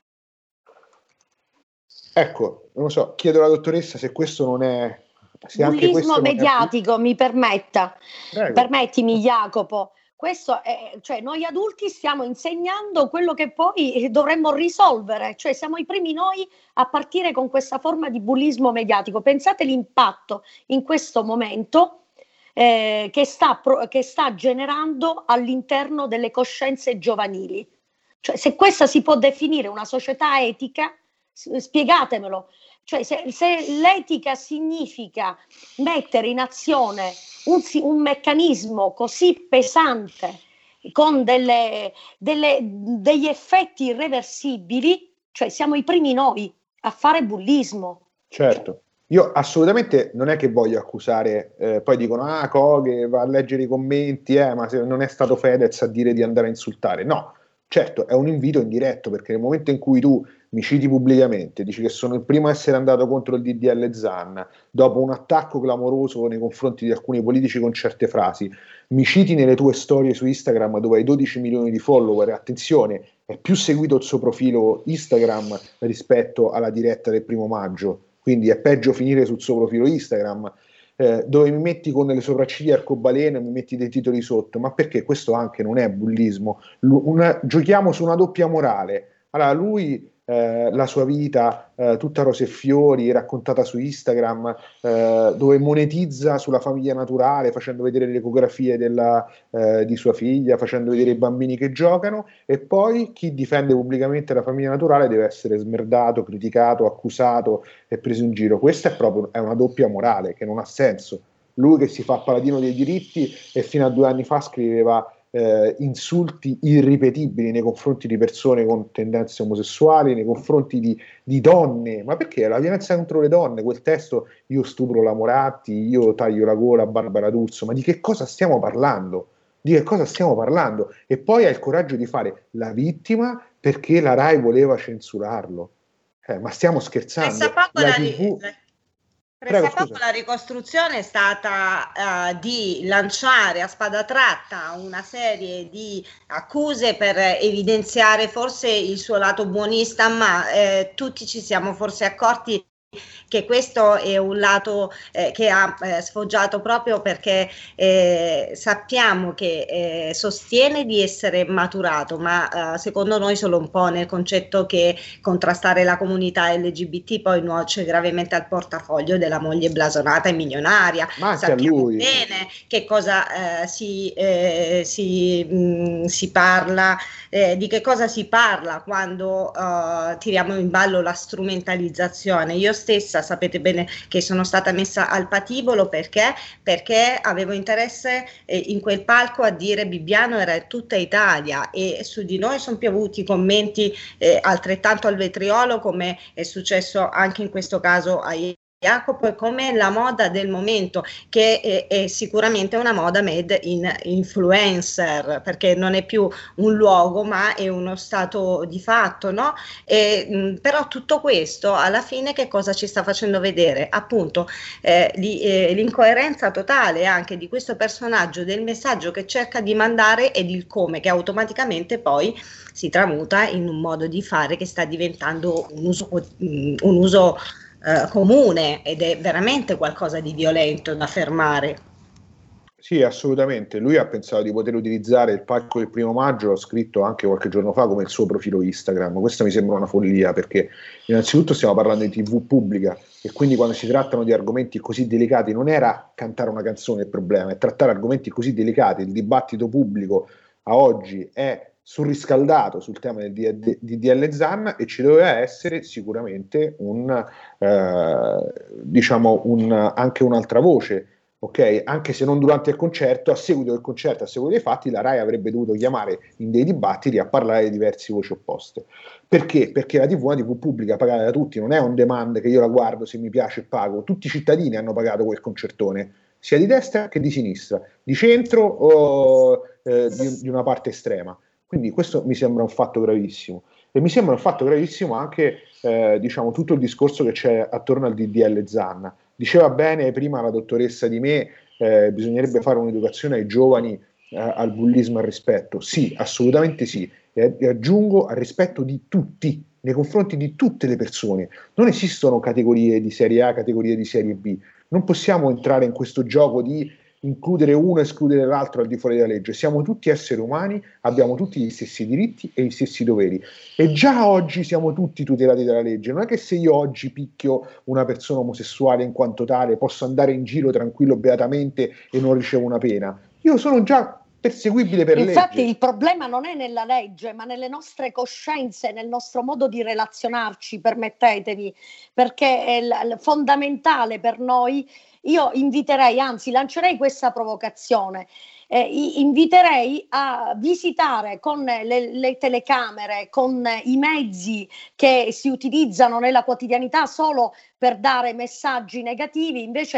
Ecco, non lo so, chiedo alla dottoressa se questo non è... Se anche bullismo mediatico, è... mi permetta. Prego. Permettimi, Jacopo. Questo è, cioè, noi adulti stiamo insegnando quello che poi dovremmo risolvere, cioè siamo i primi noi a partire con questa forma di bullismo mediatico. Pensate l'impatto in questo momento eh, che, sta, che sta generando all'interno delle coscienze giovanili. Cioè, se questa si può definire una società etica, spiegatemelo. Cioè, se, se l'etica significa mettere in azione un, un meccanismo così pesante, con delle, delle, degli effetti irreversibili, cioè siamo i primi noi a fare bullismo. Certo, io assolutamente non è che voglio accusare, eh, poi dicono, ah, Coghe va a leggere i commenti, eh, ma se non è stato Fedez a dire di andare a insultare. No, certo, è un invito indiretto, perché nel momento in cui tu mi citi pubblicamente, dici che sono il primo a essere andato contro il D D L Zan, dopo un attacco clamoroso nei confronti di alcuni politici con certe frasi, mi citi nelle tue storie su Instagram dove hai dodici milioni di follower, attenzione, è più seguito il suo profilo Instagram rispetto alla diretta del primo maggio, quindi è peggio finire sul suo profilo Instagram, eh, dove mi metti con le sopracciglia arcobaleno e mi metti dei titoli sotto, ma perché questo anche non è bullismo? L- una, giochiamo su una doppia morale. Allora lui eh, la sua vita eh, tutta rose e fiori raccontata su Instagram, eh, dove monetizza sulla famiglia naturale facendo vedere le ecografie della, eh, di sua figlia, facendo vedere i bambini che giocano, e poi chi difende pubblicamente la famiglia naturale deve essere smerdato, criticato, accusato e preso in giro. Questa è proprio è una doppia morale che non ha senso. Lui che si fa paladino dei diritti e fino a due anni fa scriveva Eh, insulti irripetibili nei confronti di persone con tendenze omosessuali, nei confronti di, di donne, ma perché la violenza contro le donne, quel testo io stupro la Moratti, io taglio la gola a Barbara D'Urso, ma di che cosa stiamo parlando? Di che cosa stiamo parlando? E poi ha il coraggio di fare la vittima perché la Rai voleva censurarlo. Eh, ma stiamo scherzando? La tivù... Presa poco la ricostruzione è stata uh, di lanciare a spada tratta una serie di accuse per evidenziare forse il suo lato buonista, ma eh, tutti ci siamo forse accorti che questo è un lato eh, che ha eh, sfoggiato proprio perché eh, sappiamo che eh, sostiene di essere maturato, ma eh, secondo noi solo un po' nel concetto che contrastare la comunità L G B T poi nuoce gravemente al portafoglio della moglie blasonata e milionaria. Ma anche sappiamo a lui. bene che cosa eh, si, eh, si, mh, si parla, eh, di che cosa si parla quando uh, tiriamo in ballo la strumentalizzazione. Io stessa sapete bene che sono stata messa al patibolo perché perché avevo interesse eh, in quel palco a dire Bibbiano era tutta Italia, e su di noi sono piovuti commenti eh, altrettanto al vetriolo, come è successo anche in questo caso a Jacopo, e come la moda del momento, che è, è sicuramente una moda made in influencer, perché non è più un luogo ma è uno stato di fatto, no? E, mh, però tutto questo alla fine che cosa ci sta facendo vedere? Appunto eh, li, eh, l'incoerenza totale anche di questo personaggio, del messaggio che cerca di mandare ed il come che automaticamente poi si tramuta in un modo di fare che sta diventando un uso, un uso Uh, comune, ed è veramente qualcosa di violento da fermare. Sì, assolutamente. Lui ha pensato di poter utilizzare il palco del primo maggio, l'ho scritto anche qualche giorno fa, come il suo profilo Instagram. Questa mi sembra una follia, perché innanzitutto stiamo parlando di tivù pubblica e quindi quando si trattano di argomenti così delicati non era cantare una canzone il problema, è trattare argomenti così delicati. Il dibattito pubblico a oggi è surriscaldato sul tema del D D L Zan e ci doveva essere sicuramente un eh, diciamo un, anche un'altra voce, ok? Anche se non durante il concerto, a seguito del concerto, a seguito dei fatti, la Rai avrebbe dovuto chiamare in dei dibattiti a parlare di diverse voci opposte. Perché? Perché la tivù è una tivù pubblica pagata da tutti, non è on demand che io la guardo, se mi piace pago. Tutti i cittadini hanno pagato quel concertone, sia di destra che di sinistra, di centro o eh, di, di una parte estrema. Quindi questo mi sembra un fatto gravissimo, e mi sembra un fatto gravissimo anche eh, diciamo tutto il discorso che c'è attorno al D D L Zan. Diceva bene prima la dottoressa Di Me, eh, bisognerebbe fare un'educazione ai giovani eh, al bullismo e al rispetto. Sì, assolutamente sì, e, e aggiungo al rispetto di tutti, nei confronti di tutte le persone. Non esistono categorie di serie A, categorie di serie B, non possiamo entrare in questo gioco di includere uno e escludere l'altro al di fuori della legge. Siamo tutti esseri umani, abbiamo tutti gli stessi diritti e gli stessi doveri, e già oggi siamo tutti tutelati dalla legge. Non è che se io oggi picchio una persona omosessuale in quanto tale posso andare in giro tranquillo beatamente e non ricevo una pena. Io sono già perseguibile per Infatti, legge. il problema non è nella legge, ma nelle nostre coscienze, nel nostro modo di relazionarci, permettetemi, perché è l- fondamentale per noi. Io inviterei, anzi lancerei questa provocazione, eh, inviterei a visitare con le, le telecamere, con i mezzi che si utilizzano nella quotidianità solo per dare messaggi negativi, invece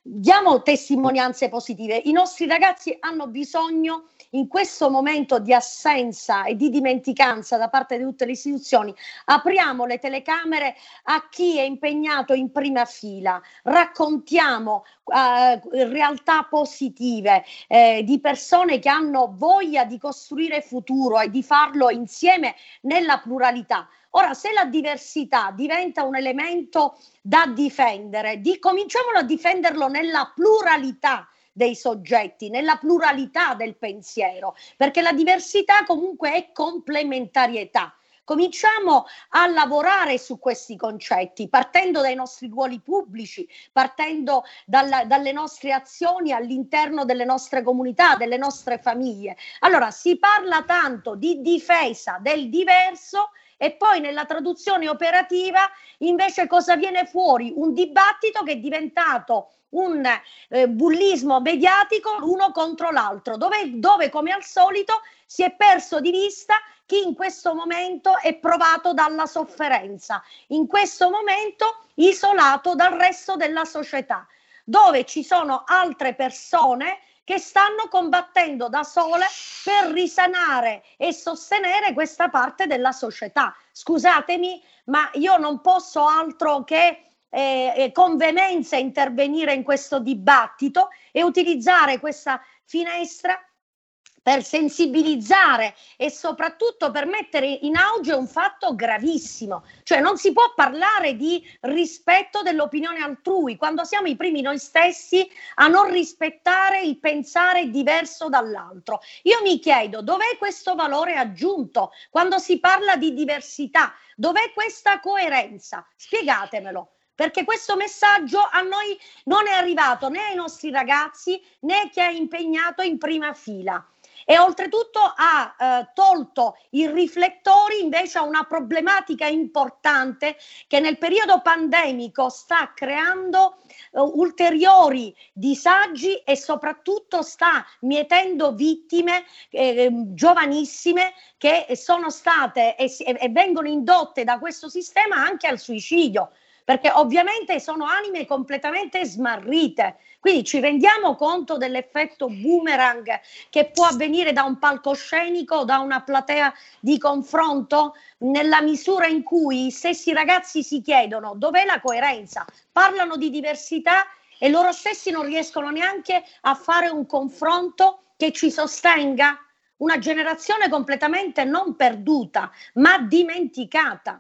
diamo testimonianze positive. I nostri ragazzi hanno bisogno in questo momento di assenza e di dimenticanza da parte di tutte le istituzioni. Apriamo le telecamere a chi è impegnato in prima fila, raccontiamo eh, realtà positive eh, di persone che hanno voglia di costruire futuro e di farlo insieme nella pluralità. Ora, se la diversità diventa un elemento da difendere, di, cominciamolo a difenderlo nella pluralità dei soggetti, nella pluralità del pensiero, perché la diversità comunque è complementarietà. Cominciamo a lavorare su questi concetti, partendo dai nostri ruoli pubblici, partendo dalla, dalle nostre azioni all'interno delle nostre comunità, delle nostre famiglie. Allora, si parla tanto di difesa del diverso e poi nella traduzione operativa invece cosa viene fuori? Un dibattito che è diventato un eh, bullismo mediatico l'uno contro l'altro, dove, dove come al solito si è perso di vista chi in questo momento è provato dalla sofferenza, in questo momento isolato dal resto della società, dove ci sono altre persone che stanno combattendo da sole per risanare e sostenere questa parte della società. Scusatemi, ma io non posso altro che eh, con veemenza intervenire in questo dibattito e utilizzare questa finestra per sensibilizzare e soprattutto per mettere in auge un fatto gravissimo. Cioè non si può parlare di rispetto dell'opinione altrui quando siamo i primi noi stessi a non rispettare il pensare diverso dall'altro. Io mi chiedo dov'è questo valore aggiunto quando si parla di diversità, dov'è questa coerenza? Spiegatemelo. Perché questo messaggio a noi non è arrivato né ai nostri ragazzi né a chi è impegnato in prima fila. E oltretutto ha eh, tolto i riflettori invece a una problematica importante che nel periodo pandemico sta creando eh, ulteriori disagi e soprattutto sta mietendo vittime eh, giovanissime che sono state e, e vengono indotte da questo sistema anche al suicidio, perché ovviamente sono anime completamente smarrite. Quindi ci rendiamo conto dell'effetto boomerang che può avvenire da un palcoscenico, da una platea di confronto, nella misura in cui i stessi ragazzi si chiedono dov'è la coerenza, parlano di diversità e loro stessi non riescono neanche a fare un confronto che ci sostenga. Una generazione completamente non perduta, ma dimenticata.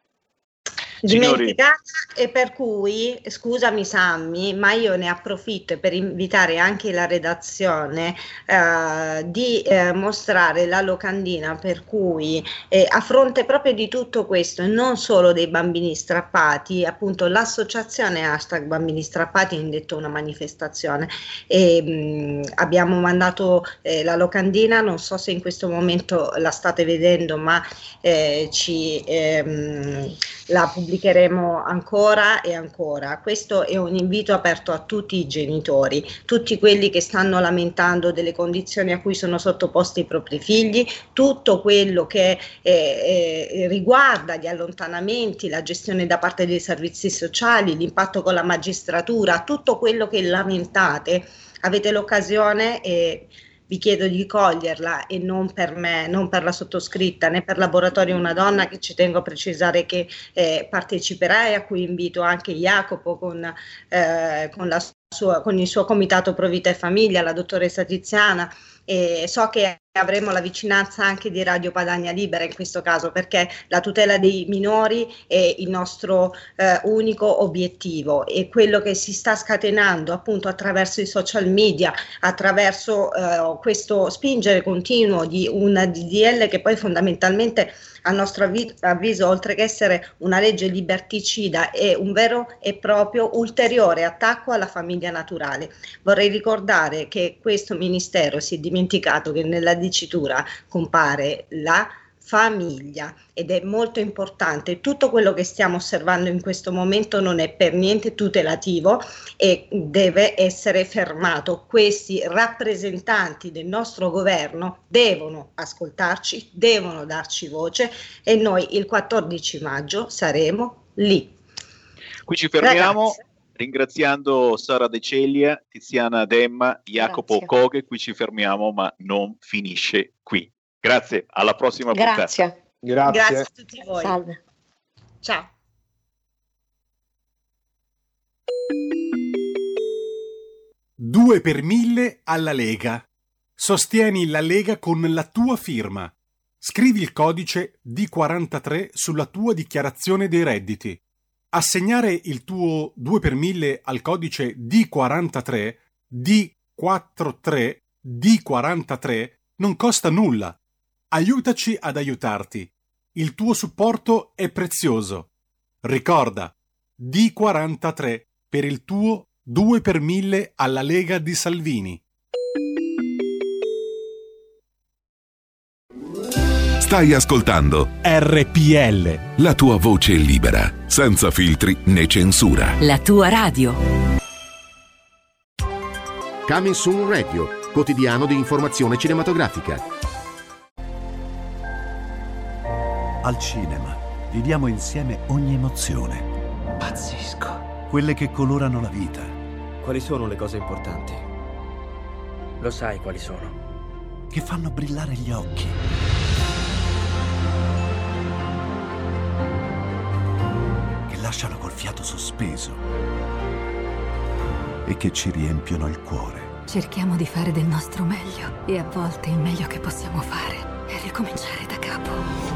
Dimenticata, e per cui, scusami Sammy, ma io ne approfitto per invitare anche la redazione eh, di eh, mostrare la locandina per cui eh, a fronte proprio di tutto questo e non solo dei bambini strappati, appunto l'associazione hashtag bambini strappati ha indetto una manifestazione e mh, abbiamo mandato eh, la locandina, non so se in questo momento la state vedendo, ma eh, ci ehm, la pubblicheremo ancora e ancora. Questo è un invito aperto a tutti i genitori, tutti quelli che stanno lamentando delle condizioni a cui sono sottoposti i propri figli, tutto quello che eh, eh, riguarda gli allontanamenti, la gestione da parte dei servizi sociali, l'impatto con la magistratura, tutto quello che lamentate. Avete l'occasione e vi chiedo di coglierla, e non per me, non per la sottoscritta, né per Laboratorio Una Donna, che ci tengo a precisare che eh, parteciperà, e a cui invito anche Jacopo con, eh, con, la sua, con il suo comitato Pro Vita e Famiglia, la dottoressa Tiziana. E so che avremo la vicinanza anche di Radio Padania Libera in questo caso, perché la tutela dei minori è il nostro eh, unico obiettivo, e quello che si sta scatenando appunto attraverso i social media, attraverso eh, questo spingere continuo di un D D L che poi fondamentalmente a nostro avvi- avviso, oltre che essere una legge liberticida, è un vero e proprio ulteriore attacco alla famiglia naturale. Vorrei ricordare che questo ministero si è dimenticato che nella dicitura compare la famiglia, ed è molto importante. Tutto quello che stiamo osservando in questo momento non è per niente tutelativo e deve essere fermato. Questi rappresentanti del nostro governo devono ascoltarci, devono darci voce, e noi il quattordici maggio saremo lì. Qui ci fermiamo. Ragazzi. ringraziando Sara De Celia, Tiziana Demma, Jacopo Grazie. Coghe. Qui ci fermiamo, ma non finisce qui. Grazie, alla prossima puntata. Grazie. Grazie. Grazie a tutti voi. Salve. Ciao. due per mille alla Lega. Sostieni la Lega con la tua firma. Scrivi il codice D quarantatré sulla tua dichiarazione dei redditi. Assegnare il tuo due per mille al codice D quarantatré, D quarantatré, D quarantatré non costa nulla. Aiutaci ad aiutarti. Il tuo supporto è prezioso. Ricorda, D quarantatré per il tuo due per mille alla Lega di Salvini. Stai ascoltando R P L, la tua voce libera, senza filtri né censura. La tua radio. Coming Soon Radio, quotidiano di informazione cinematografica. Al cinema viviamo insieme ogni emozione. Pazzesco. Quelle che colorano la vita. Quali sono le cose importanti? Lo sai quali sono? Che fanno brillare gli occhi. Che lasciano col fiato sospeso. E che ci riempiono il cuore. Cerchiamo di fare del nostro meglio e a volte il meglio che possiamo fare è ricominciare da capo.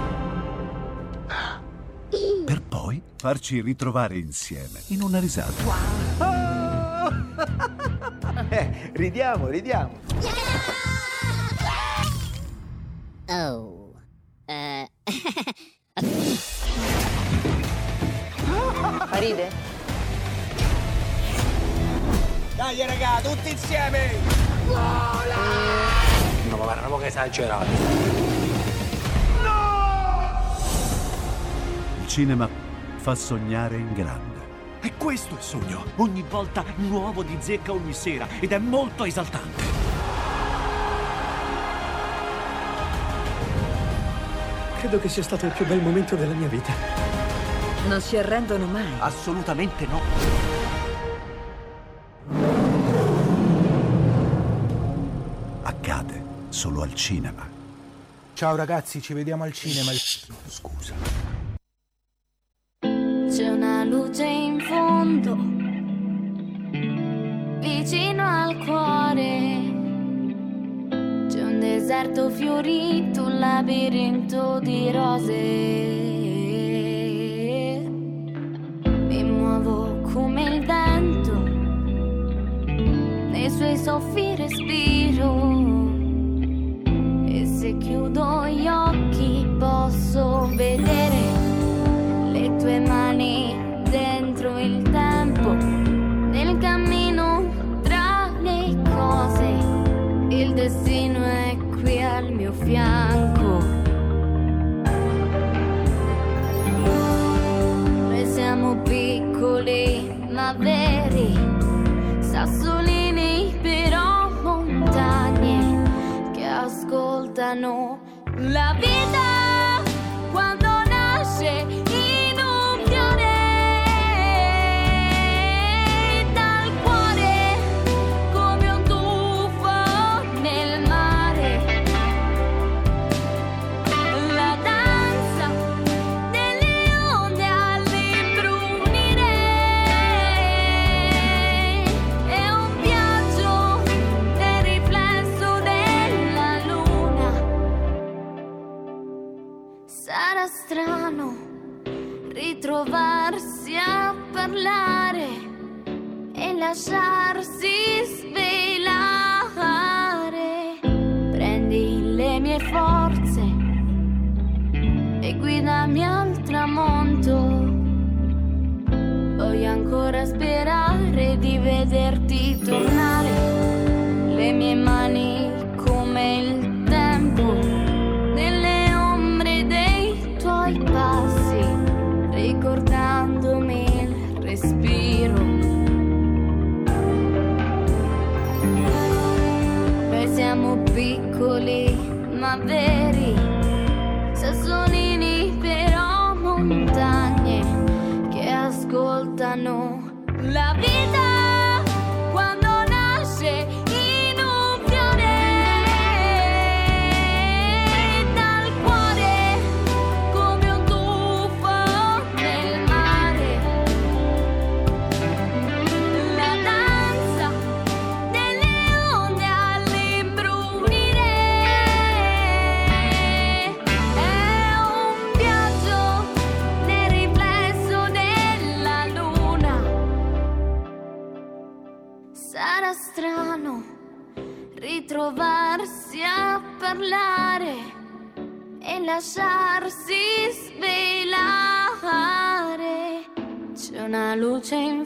Per poi farci ritrovare insieme in una risata. Eh, ridiamo, ridiamo. Oh. Eh. Ride? Dai raga, tutti insieme! Vola! No, ma guarda, che esagerato. Il cinema fa sognare in grande. E questo è il sogno. Ogni volta nuovo di zecca ogni sera ed è molto esaltante. Credo che sia stato il più bel momento della mia vita. Non si arrendono mai. Assolutamente no. Accade solo al cinema. Ciao ragazzi, ci vediamo al cinema. Scusa. C'è una luce in fondo, vicino al cuore. C'è un deserto fiorito, un labirinto di rose. Mi muovo come il vento, nei suoi soffi respiro. E se chiudo gli occhi posso vedere le tue mani dentro il tempo, nel cammino tra le cose. Il destino è qui al mio fianco. Noi siamo piccoli ma veri, sassolini però montagne che ascoltano la vita quando nasce in un fiore. Dal cuore come un tuffo nel mare, la danza delle onde all'imbrunire. È un viaggio nel riflesso della luna. Sarà strano ritrovarsi a parlare e lasciarsi svelare. Prendi le mie forze e guidami al tramonto. Voglio ancora sperare di vederti tornare. Le mie mani come il tempo, nelle ombre dei tuoi passi, ricordandomi il respiro. Noi siamo piccoli ma veri, sassolini però montagne che ascoltano La vita quando nasce in un fiore, dal cuore come un tuffo nel mare, la danza delle onde all'imbrunire, è un viaggio nel riflesso della luna. Sarà strano ritrovarsi a parlare e lasciarsi svelare. C'è una luce in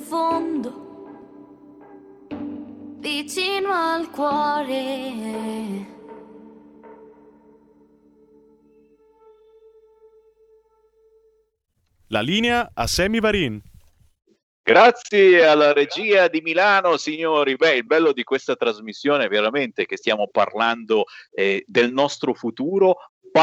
fondo, vicino al cuore. La linea a Sammy Varin. Grazie alla regia di Milano, signori. Beh, il bello di questa trasmissione è veramente che stiamo parlando eh, del nostro futuro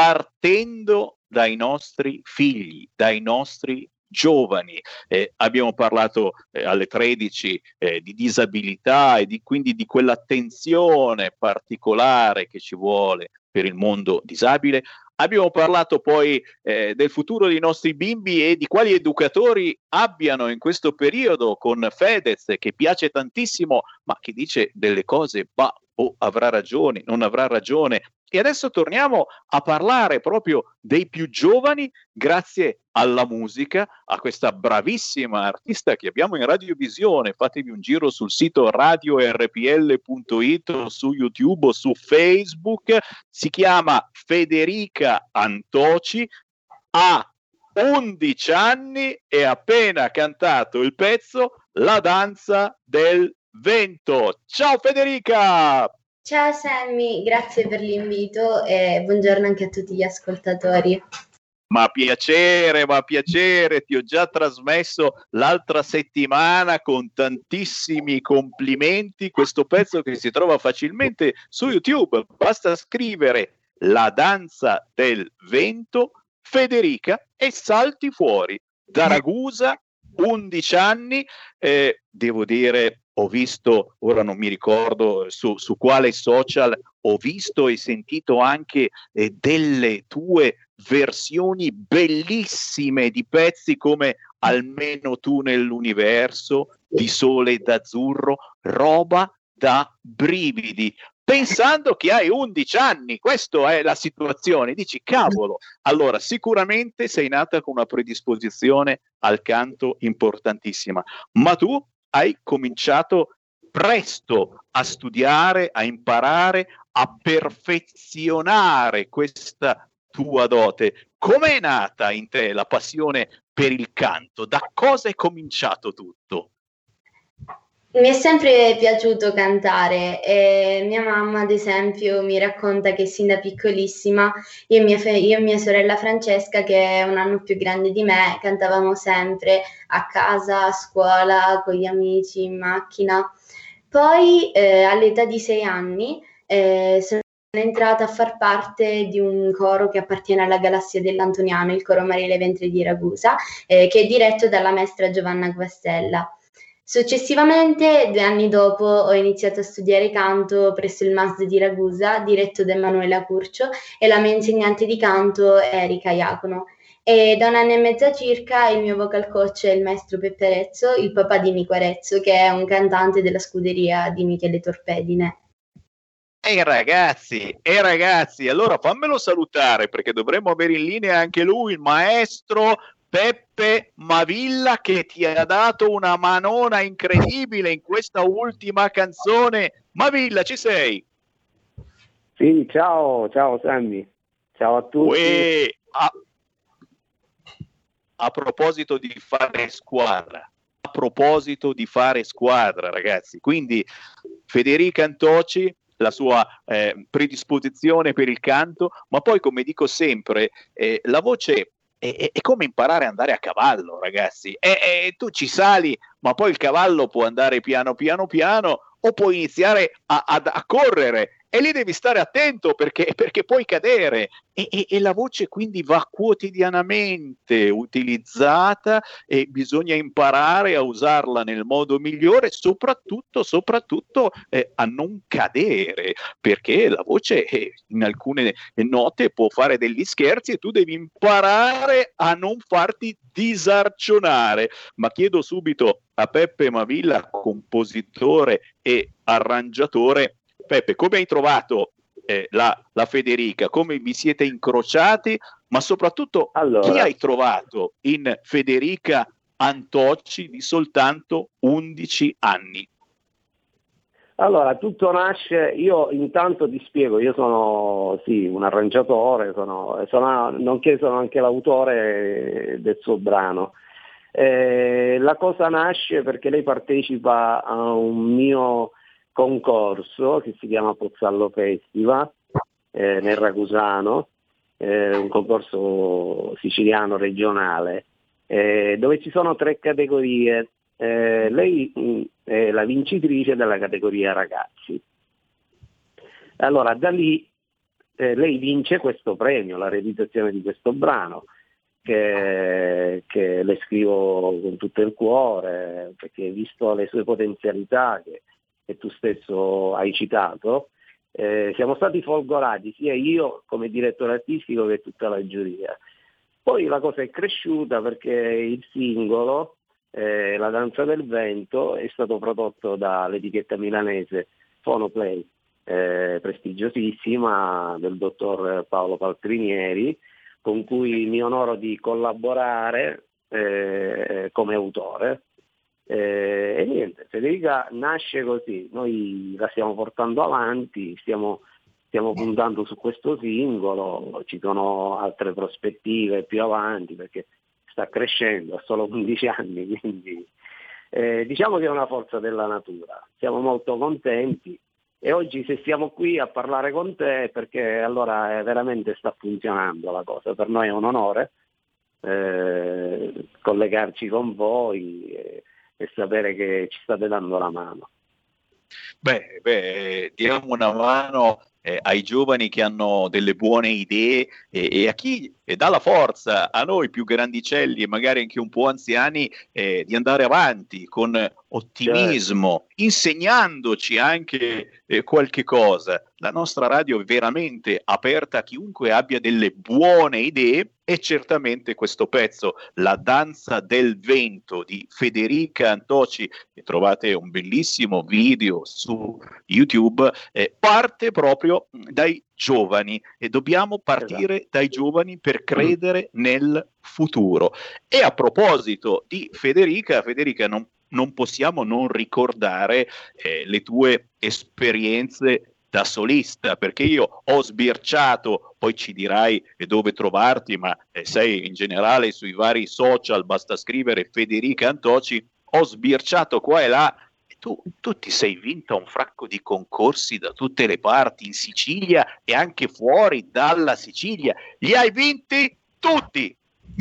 partendo dai nostri figli, dai nostri giovani. Eh, abbiamo parlato eh, alle tredici eh, di disabilità e di, quindi di quell'attenzione particolare che ci vuole per il mondo disabile. Abbiamo parlato poi eh, del futuro dei nostri bimbi e di quali educatori abbiano in questo periodo con Fedez, che piace tantissimo, ma che dice delle cose, ma o avrà ragione, non avrà ragione. E adesso torniamo a parlare proprio dei più giovani grazie alla musica, a questa bravissima artista che abbiamo in radiovisione. Fatevi un giro sul sito radio r p l punto i t o su YouTube o su Facebook. Si chiama Federica Antoci, ha undici anni e ha appena cantato il pezzo La danza del vento. Ciao Federica! Ciao Sammy, grazie per l'invito e buongiorno anche a tutti gli ascoltatori. Ma piacere, ma piacere, ti ho già trasmesso l'altra settimana con tantissimi complimenti questo pezzo che si trova facilmente su YouTube. Basta scrivere La danza del vento Federica e salti fuori. Da Ragusa, undici anni, eh, devo dire, ho visto, ora non mi ricordo su, su quale social, ho visto e sentito anche eh, delle tue versioni bellissime di pezzi come Almeno tu nell'universo, Di sole d'azzurro, roba da brividi. Pensando che hai undici anni, questa è la situazione, dici cavolo, allora sicuramente sei nata con una predisposizione al canto importantissima, ma tu hai cominciato presto a studiare, a imparare, a perfezionare questa tua dote. Com'è nata in te la passione per il canto? Da cosa è cominciato tutto? Mi è sempre piaciuto cantare e mia mamma, ad esempio, mi racconta che sin da piccolissima io e mia, fe- io e mia sorella Francesca, che è un anno più grande di me, cantavamo sempre a casa, a scuola, con gli amici, in macchina. Poi eh, all'età di sei anni eh, sono entrata a far parte di un coro che appartiene alla galassia dell'Antoniano, il coro Maria Ventre di Ragusa, eh, che è diretto dalla maestra Giovanna Guastella. Successivamente, due anni dopo, ho iniziato a studiare canto presso il M A S di Ragusa, diretto da Emanuela Curcio, e la mia insegnante di canto è Erika Iacono. E da un anno e mezza circa il mio vocal coach è il maestro Peppe Arezzo, il papà di Nico Arezzo, che è un cantante della scuderia di Michele Torpedine. Ehi ragazzi, e ragazzi, allora fammelo salutare, perché dovremmo avere in linea anche lui, il maestro Peppe Mavilla, che ti ha dato una manona incredibile in questa ultima canzone. Mavilla, ci sei? Sì, ciao, ciao Sammy, ciao a tutti. Uè, a, a proposito di fare squadra, a proposito di fare squadra, ragazzi, quindi Federica Antoci, la sua eh, predisposizione per il canto, ma poi, come dico sempre, eh, la voce è, è come imparare ad andare a cavallo, ragazzi. E, e tu ci sali, ma poi il cavallo può andare piano piano piano o può iniziare a, a, a correre e lì devi stare attento perché, perché puoi cadere e, e, e la voce quindi va quotidianamente utilizzata e bisogna imparare a usarla nel modo migliore, soprattutto, soprattutto eh, a non cadere, perché la voce eh, in alcune note può fare degli scherzi e tu devi imparare a non farti disarcionare. Ma chiedo subito a Peppe Mavilla, compositore e arrangiatore. Peppe, come hai trovato eh, la, la Federica? Come vi siete incrociati? Ma soprattutto allora, chi hai trovato in Federica Antoci di soltanto undici anni? Allora, tutto nasce, io intanto ti spiego, io sono sì un arrangiatore, sono, sono, nonché sono anche l'autore del suo brano. Eh, la cosa nasce perché lei partecipa a un mio concorso che si chiama Pozzallo Festival eh, nel Ragusano, eh, un concorso siciliano regionale eh, dove ci sono tre categorie. Eh, lei mh, è la vincitrice della categoria ragazzi. Allora da lì eh, lei vince questo premio, la realizzazione di questo brano che, che le scrivo con tutto il cuore, perché visto le sue potenzialità che che tu stesso hai citato, eh, siamo stati folgorati sia io come direttore artistico che tutta la giuria. Poi la cosa è cresciuta perché il singolo, eh, La danza del vento, è stato prodotto dall'etichetta milanese Fonoplay, eh, prestigiosissima, del dottor Paolo Paltrinieri, con cui mi onoro di collaborare eh, come autore. Eh, e niente, Federica nasce così, noi la stiamo portando avanti, stiamo, stiamo puntando su questo singolo, ci sono altre prospettive più avanti perché sta crescendo, ha solo undici anni, quindi eh, diciamo che è una forza della natura, siamo molto contenti e oggi se siamo qui a parlare con te perché allora eh, veramente sta funzionando la cosa, per noi è un onore eh, collegarci con voi e, e sapere che ci state dando la mano. Beh, beh diamo una mano eh, ai giovani che hanno delle buone idee e, e a chi e dà la forza a noi più grandicelli e magari anche un po' anziani eh, di andare avanti con ottimismo, certo, insegnandoci anche eh, qualche cosa. La nostra radio è veramente aperta a chiunque abbia delle buone idee e certamente questo pezzo, La danza del vento di Federica Antoci, e trovate un bellissimo video su YouTube, eh, parte proprio dai giovani e dobbiamo partire esatto. dai giovani per credere nel futuro. E a proposito di Federica, Federica non, non possiamo non ricordare eh, le tue esperienze da solista, perché io ho sbirciato, poi ci dirai dove trovarti, ma eh, sei in generale sui vari social, basta scrivere Federica Antoci, ho sbirciato qua e là, e tu, tu ti sei vinta un fracco di concorsi da tutte le parti, in Sicilia e anche fuori dalla Sicilia, li hai vinti tutti!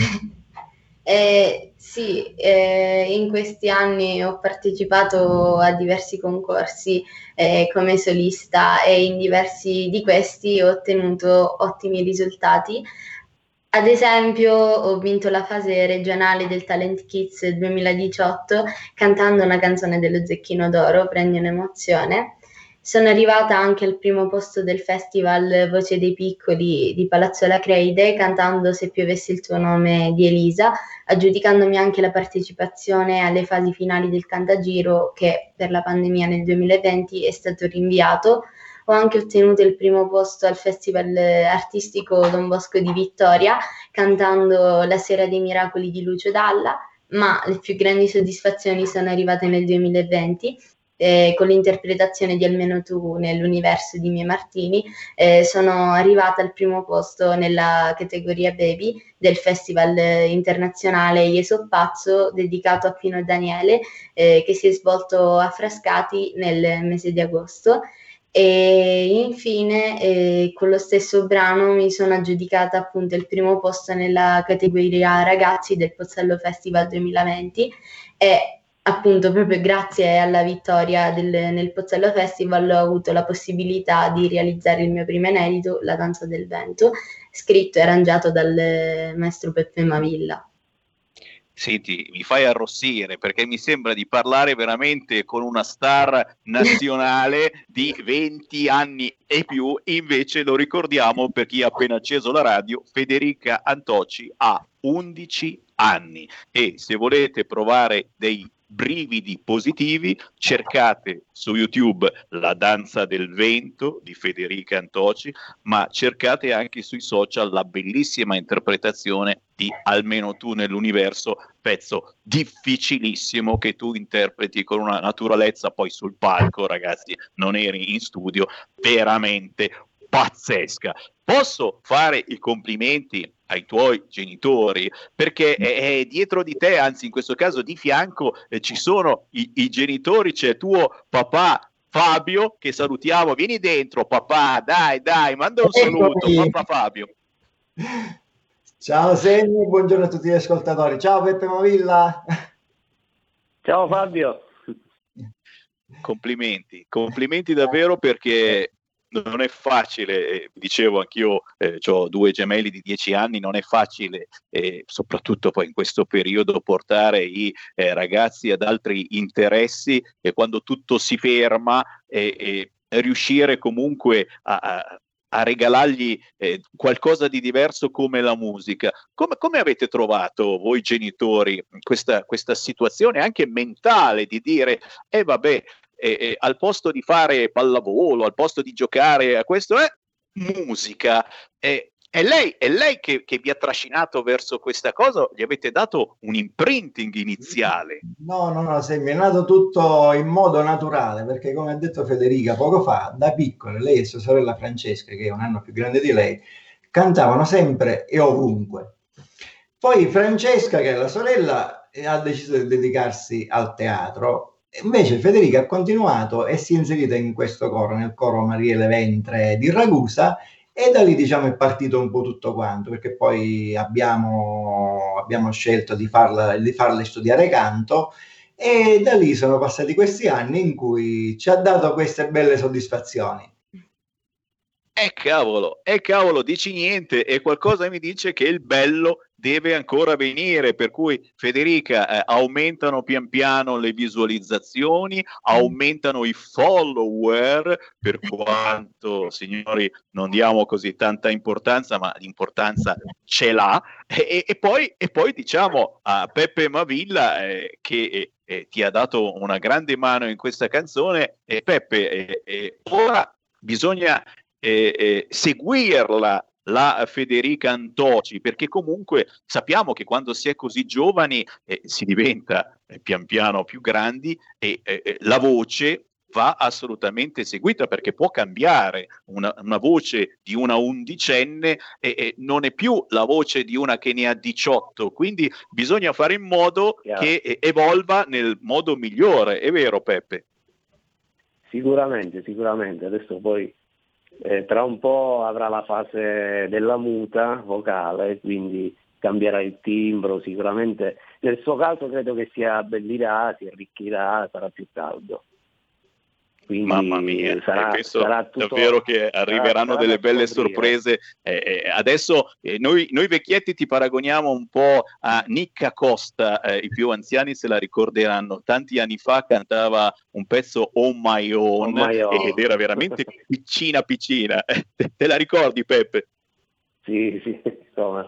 Eh, sì, eh, in questi anni ho partecipato a diversi concorsi eh, come solista e in diversi di questi ho ottenuto ottimi risultati. Ad esempio ho vinto la fase regionale del Talent Kids duemiladiciotto cantando una canzone dello Zecchino d'Oro, Prendi un'emozione. Sono arrivata anche al primo posto del festival Voce dei Piccoli di Palazzo La Creide cantando Se piovesse il tuo nome di Elisa, aggiudicandomi anche la partecipazione alle fasi finali del Cantagiro che per la pandemia nel duemilaventi è stato rinviato. Ho anche ottenuto il primo posto al Festival Artistico Don Bosco di Vittoria cantando La Sera dei Miracoli di Lucio Dalla, ma le più grandi soddisfazioni sono arrivate nel duemilaventi. Eh, con l'interpretazione di Almeno tu nell'universo di Mie Martini, eh, sono arrivata al primo posto nella categoria Baby del Festival internazionale Io so pazzo dedicato a Pino Daniele, eh, che si è svolto a Frascati nel mese di agosto. E infine eh, con lo stesso brano mi sono aggiudicata appunto il primo posto nella categoria ragazzi del Pozzallo Festival duemilaventi e appunto proprio grazie alla vittoria del, nel Pozzallo Festival ho avuto la possibilità di realizzare il mio primo inedito, La danza del vento, scritto e arrangiato dal maestro Peppe Mavilla. Senti, mi fai arrossire perché mi sembra di parlare veramente con una star nazionale di venti anni e più, invece lo ricordiamo per chi ha appena acceso la radio, Federica Antoci ha undici anni e se volete provare dei brividi positivi cercate su YouTube La danza del vento di Federica Antoci, ma cercate anche sui social la bellissima interpretazione di Almeno tu nell'universo, pezzo difficilissimo che tu interpreti con una naturalezza, poi sul palco ragazzi non eri in studio, veramente pazzesca. Posso fare i complimenti ai tuoi genitori perché eh, dietro di te, anzi in questo caso di fianco, eh, ci sono i, i genitori, c'è tuo papà Fabio che salutiamo, vieni dentro papà, dai dai, manda un saluto papà Fabio. Ciao Segni, buongiorno a tutti gli ascoltatori, ciao Peppe Mavilla. Ciao Fabio. Complimenti, complimenti davvero perché non è facile, eh, dicevo anch'io, eh, ho due gemelli di dieci anni, non è facile, eh, soprattutto poi in questo periodo, portare i eh, ragazzi ad altri interessi e quando tutto si ferma e eh, riuscire comunque a, a, a regalargli eh, qualcosa di diverso come la musica. Come, come avete trovato voi genitori questa, questa situazione anche mentale di dire, eh vabbè, E, e, al posto di fare pallavolo, al posto di giocare a questo è musica, e, è lei, è lei che, che vi ha trascinato verso questa cosa? Gli avete dato un imprinting iniziale? No, no, no, se mi è nato tutto in modo naturale, perché come ha detto Federica poco fa, da piccole lei e sua sorella Francesca, che è un anno più grande di lei, cantavano sempre e ovunque. Poi Francesca, che è la sorella, ha deciso di dedicarsi al teatro. Invece Federica ha continuato e si è inserita in questo coro, nel coro Marielle Ventre di Ragusa, e da lì diciamo è partito un po' tutto quanto, perché poi abbiamo, abbiamo scelto di farla, di farle studiare canto e da lì sono passati questi anni in cui ci ha dato queste belle soddisfazioni. Eh cavolo, eh cavolo, dici niente e qualcosa mi dice che il bello deve ancora venire, per cui Federica eh, aumentano pian piano le visualizzazioni, aumentano i follower, per quanto signori non diamo così tanta importanza, ma l'importanza ce l'ha, e, e, poi, e poi diciamo a Peppe Mavilla eh, che eh, eh, ti ha dato una grande mano in questa canzone, e Peppe eh, eh, ora bisogna Eh, eh, seguirla la Federica Antoci, perché comunque sappiamo che quando si è così giovani eh, si diventa eh, pian piano più grandi e eh, la voce va assolutamente seguita, perché può cambiare una, una voce di una undicenne e, e non è più la voce di una che ne ha diciotto, quindi bisogna fare in modo Chiaro. che eh, evolva nel modo migliore, è vero Peppe? Sicuramente, sicuramente, adesso poi Eh, tra un po' avrà la fase della muta vocale, quindi cambierà il timbro, sicuramente nel suo caso credo che si abbellirà, si arricchirà, sarà più caldo. Quindi mamma mia, sarà, eh, penso sarà tutto, davvero che arriveranno sarà, delle sarà belle scoprire. sorprese. Eh, eh, adesso eh, noi, noi vecchietti ti paragoniamo un po' a Nicca Costa, eh, i più anziani se la ricorderanno, tanti anni fa cantava un pezzo On My Own, On My Own. ed era veramente piccina piccina, te, te la ricordi Peppe? Sì, sì, insomma.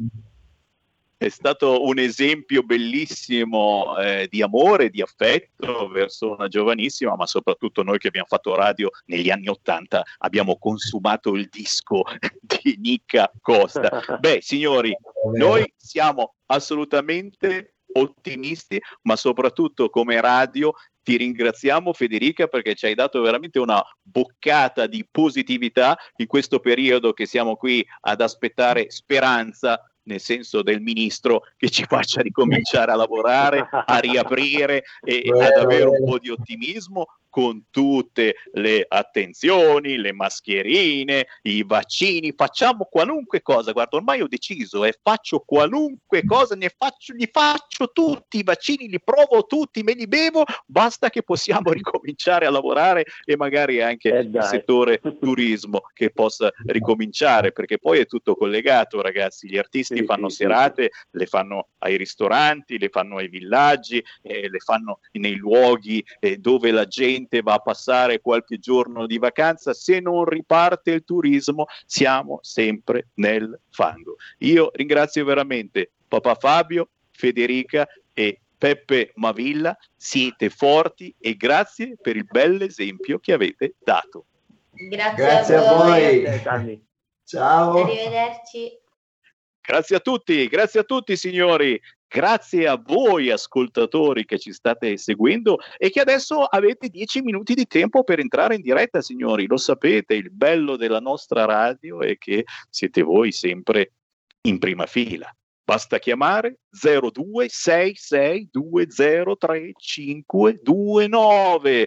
È stato un esempio bellissimo eh, di amore, di affetto verso una giovanissima, ma soprattutto noi che abbiamo fatto radio negli anni Ottanta abbiamo consumato il disco di Nicca Costa. Beh, signori, noi siamo assolutamente ottimisti, ma soprattutto come radio ti ringraziamo Federica perché ci hai dato veramente una boccata di positività in questo periodo che siamo qui ad aspettare speranza nel senso del ministro, che ci faccia ricominciare a lavorare, a riaprire e Beh, ad avere un beh. po' di ottimismo, con tutte le attenzioni, le mascherine, i vaccini, facciamo qualunque cosa. Guarda, ormai ho deciso e eh, faccio qualunque cosa, ne faccio, li faccio tutti i vaccini, li provo tutti, me li bevo, basta che possiamo ricominciare a lavorare e magari anche Eh, il dai. settore turismo che possa ricominciare, perché poi è tutto collegato, ragazzi. Gli artisti Sì, fanno sì, serate, le fanno ai ristoranti, le fanno ai villaggi, eh, le fanno nei luoghi eh, dove la gente va a passare qualche giorno di vacanza. Se non riparte il turismo, siamo sempre nel fango. Io ringrazio veramente papà Fabio, Federica e Peppe Mavilla, siete forti e grazie per il bel esempio che avete dato. Grazie, Grazie a a voi. voi. Ciao. Arrivederci. Grazie a tutti, grazie a tutti signori, grazie a voi ascoltatori che ci state seguendo e che adesso avete dieci minuti di tempo per entrare in diretta, signori. Lo sapete, il bello della nostra radio è che siete voi sempre in prima fila. Basta chiamare zero due sei sei due zero tre cinque due nove.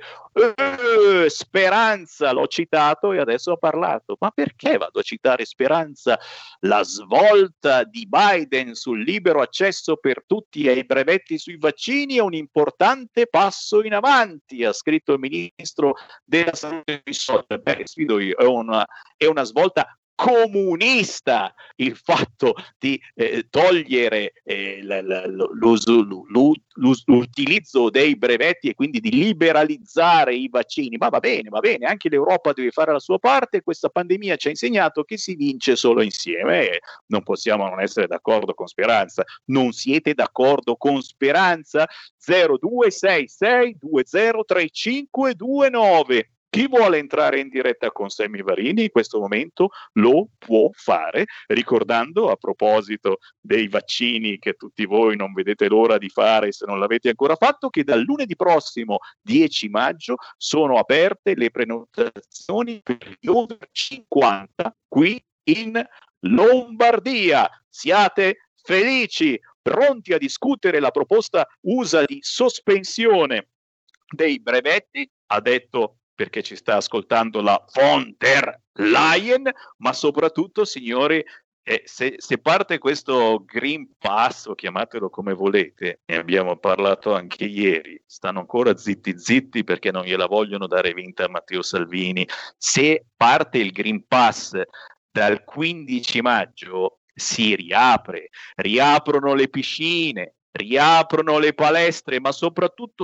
Eh, Speranza, l'ho citato e adesso ho parlato. Ma perché vado a citare Speranza? La svolta di Biden sul libero accesso per tutti ai brevetti sui vaccini è un importante passo in avanti, ha scritto il ministro della salute. Beh, sfido io, è una, è una svolta comunista il fatto di eh, togliere eh, l- l- l'uso, l'us- l'utilizzo dei brevetti e quindi di liberalizzare i vaccini. Ma va bene, va bene, anche l'Europa deve fare la sua parte. Questa pandemia ci ha insegnato che si vince solo insieme e non possiamo non essere d'accordo con Speranza. Non siete d'accordo con Speranza? zero due sei sei due zero tre cinque due nove. Chi vuole entrare in diretta con Sammy Varini in questo momento lo può fare, ricordando, a proposito dei vaccini che tutti voi non vedete l'ora di fare se non l'avete ancora fatto, che dal lunedì prossimo dieci maggio sono aperte le prenotazioni per gli over cinquanta qui in Lombardia. Siate felici, pronti a discutere la proposta U S A di sospensione dei brevetti, ha detto, perché ci sta ascoltando, la von der Leyen, ma soprattutto, signori, eh, se, se parte questo Green Pass, o chiamatelo come volete, ne abbiamo parlato anche ieri, stanno ancora zitti zitti perché non gliela vogliono dare vinta a Matteo Salvini. Se parte il Green Pass dal quindici maggio, si riapre, riaprono le piscine, riaprono le palestre, ma soprattutto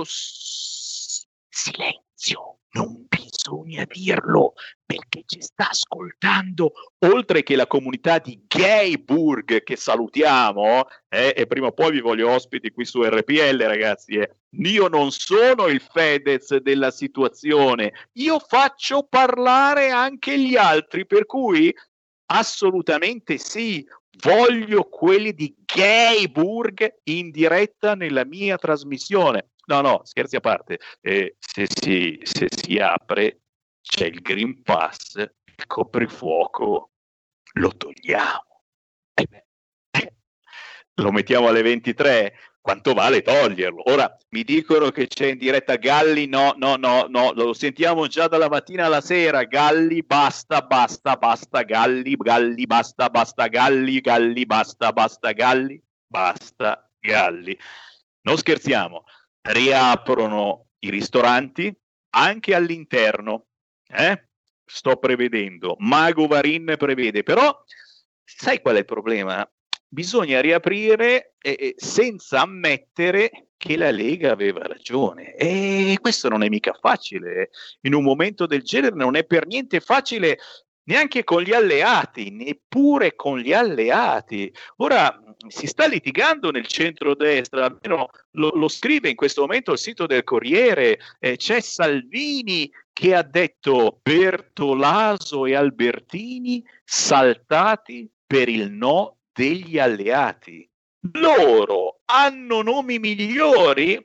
s- silenzio. Non bisogna dirlo perché ci sta ascoltando, oltre che la comunità di Gayburg che salutiamo, eh, e prima o poi vi voglio ospiti qui su R P L, ragazzi. Eh. Io non sono il Fedez della situazione, io faccio parlare anche gli altri, per cui assolutamente sì, voglio quelli di Gayburg in diretta nella mia trasmissione. No, no, scherzi a parte, eh, se, si, se si apre c'è il Green Pass, il coprifuoco lo togliamo. Eh beh, eh, lo mettiamo alle ventitré, quanto vale toglierlo? Ora mi dicono che c'è in diretta Galli, no, no, no, no, lo sentiamo già dalla mattina alla sera. Galli, basta, basta, basta, Galli, Galli, basta, basta, Galli, Galli, basta, basta, Galli, basta, Galli. Non scherziamo. Riaprono i ristoranti anche all'interno, eh? Sto prevedendo, Mago Varin prevede, però sai qual è il problema? Bisogna riaprire eh, senza ammettere che la Lega aveva ragione, e questo non è mica facile. In un momento del genere non è per niente facile neanche con gli alleati, neppure con gli alleati. Ora si sta litigando nel centrodestra, almeno lo, lo scrive in questo momento il sito del Corriere, eh, c'è Salvini che ha detto Bertolaso e Albertini saltati per il no degli alleati. Loro hanno nomi migliori?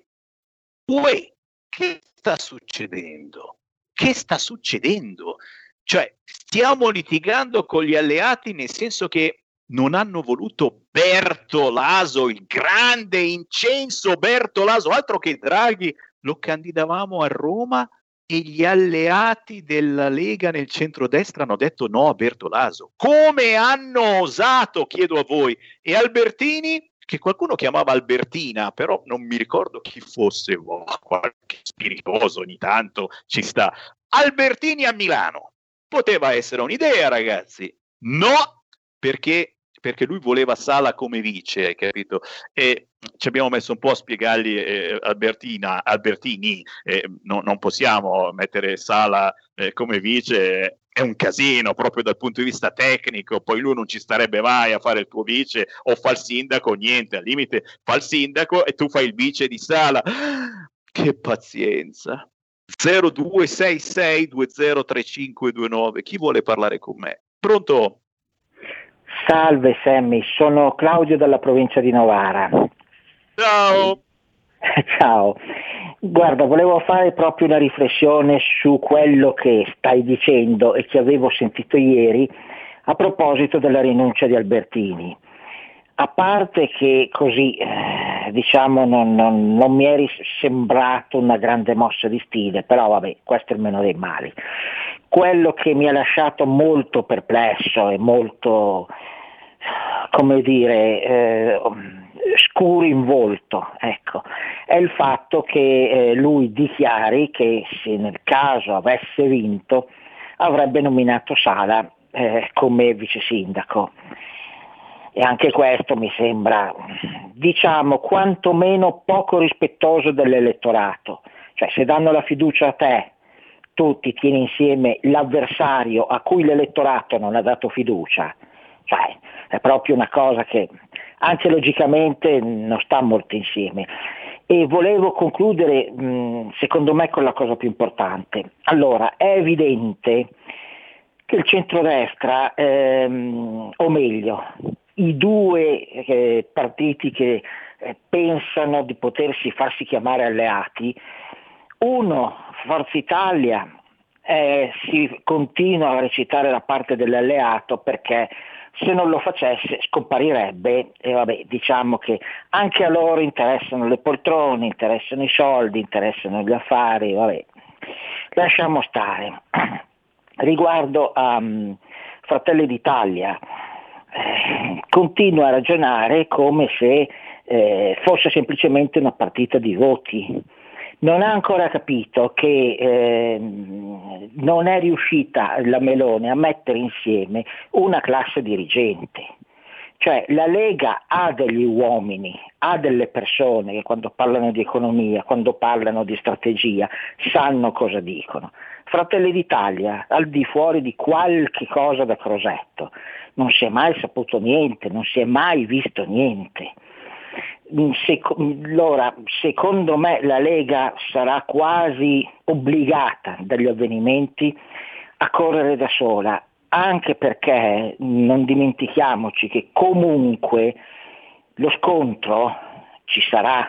Uè, che sta succedendo? Che sta succedendo? Cioè, stiamo litigando con gli alleati nel senso che non hanno voluto Bertolaso, il grande incenso Bertolaso, altro che Draghi, lo candidavamo a Roma e gli alleati della Lega nel centrodestra hanno detto no a Bertolaso. Come hanno osato, chiedo a voi? E Albertini, che qualcuno chiamava Albertina, però non mi ricordo chi fosse, oh, qualche spiritoso ogni tanto ci sta. Albertini a Milano, poteva essere un'idea, ragazzi. No, perché, perché lui voleva Sala come vice, hai capito? E ci abbiamo messo un po' a spiegargli eh, Albertina, Albertini, eh, no, non possiamo mettere Sala eh, come vice, è un casino proprio dal punto di vista tecnico, poi lui non ci starebbe mai a fare il tuo vice o fa il sindaco, niente, al limite fa il sindaco e tu fai il vice di Sala. Che pazienza. zero due sei sei due zero tre cinque due nove, chi vuole parlare con me? Pronto? Salve Sammy, sono Claudio dalla provincia di Novara. Ciao. Ciao. Guarda, volevo fare proprio una riflessione su quello che stai dicendo e che avevo sentito ieri a proposito della rinuncia di Albertini. A parte che così, eh, diciamo, non, non, non mi è sembrato una grande mossa di stile, però vabbè, questo è il meno dei mali. Quello che mi ha lasciato molto perplesso e molto, come dire, eh, scuro in volto, ecco, è il fatto che eh, lui dichiari che se nel caso avesse vinto avrebbe nominato Sala eh, come vice sindaco. E anche questo mi sembra, diciamo, quantomeno poco rispettoso dell'elettorato. Cioè, se danno la fiducia a te, tu ti tieni insieme l'avversario a cui l'elettorato non ha dato fiducia. Cioè, è proprio una cosa che anche logicamente non sta molto insieme. E volevo concludere, mh, secondo me, con la cosa più importante. Allora, è evidente che il centrodestra, ehm, o meglio, i due eh, partiti che eh, pensano di potersi farsi chiamare alleati, uno, Forza Italia, eh, si continua a recitare la parte dell'alleato perché se non lo facesse scomparirebbe e vabbè, diciamo che anche a loro interessano le poltrone, interessano i soldi, interessano gli affari, vabbè, lasciamo stare. Riguardo a um, Fratelli d'Italia, eh, continua a ragionare come se eh, fosse semplicemente una partita di voti. Non ha ancora capito che eh, non è riuscita la Meloni a mettere insieme una classe dirigente. Cioè la Lega ha degli uomini, ha delle persone che quando parlano di economia, quando parlano di strategia, sanno cosa dicono. Fratelli d'Italia, al di fuori di qualche cosa da Crosetto, non si è mai saputo niente, non si è mai visto niente. Sec- allora, secondo me la Lega sarà quasi obbligata dagli avvenimenti a correre da sola, anche perché non dimentichiamoci che comunque lo scontro ci sarà,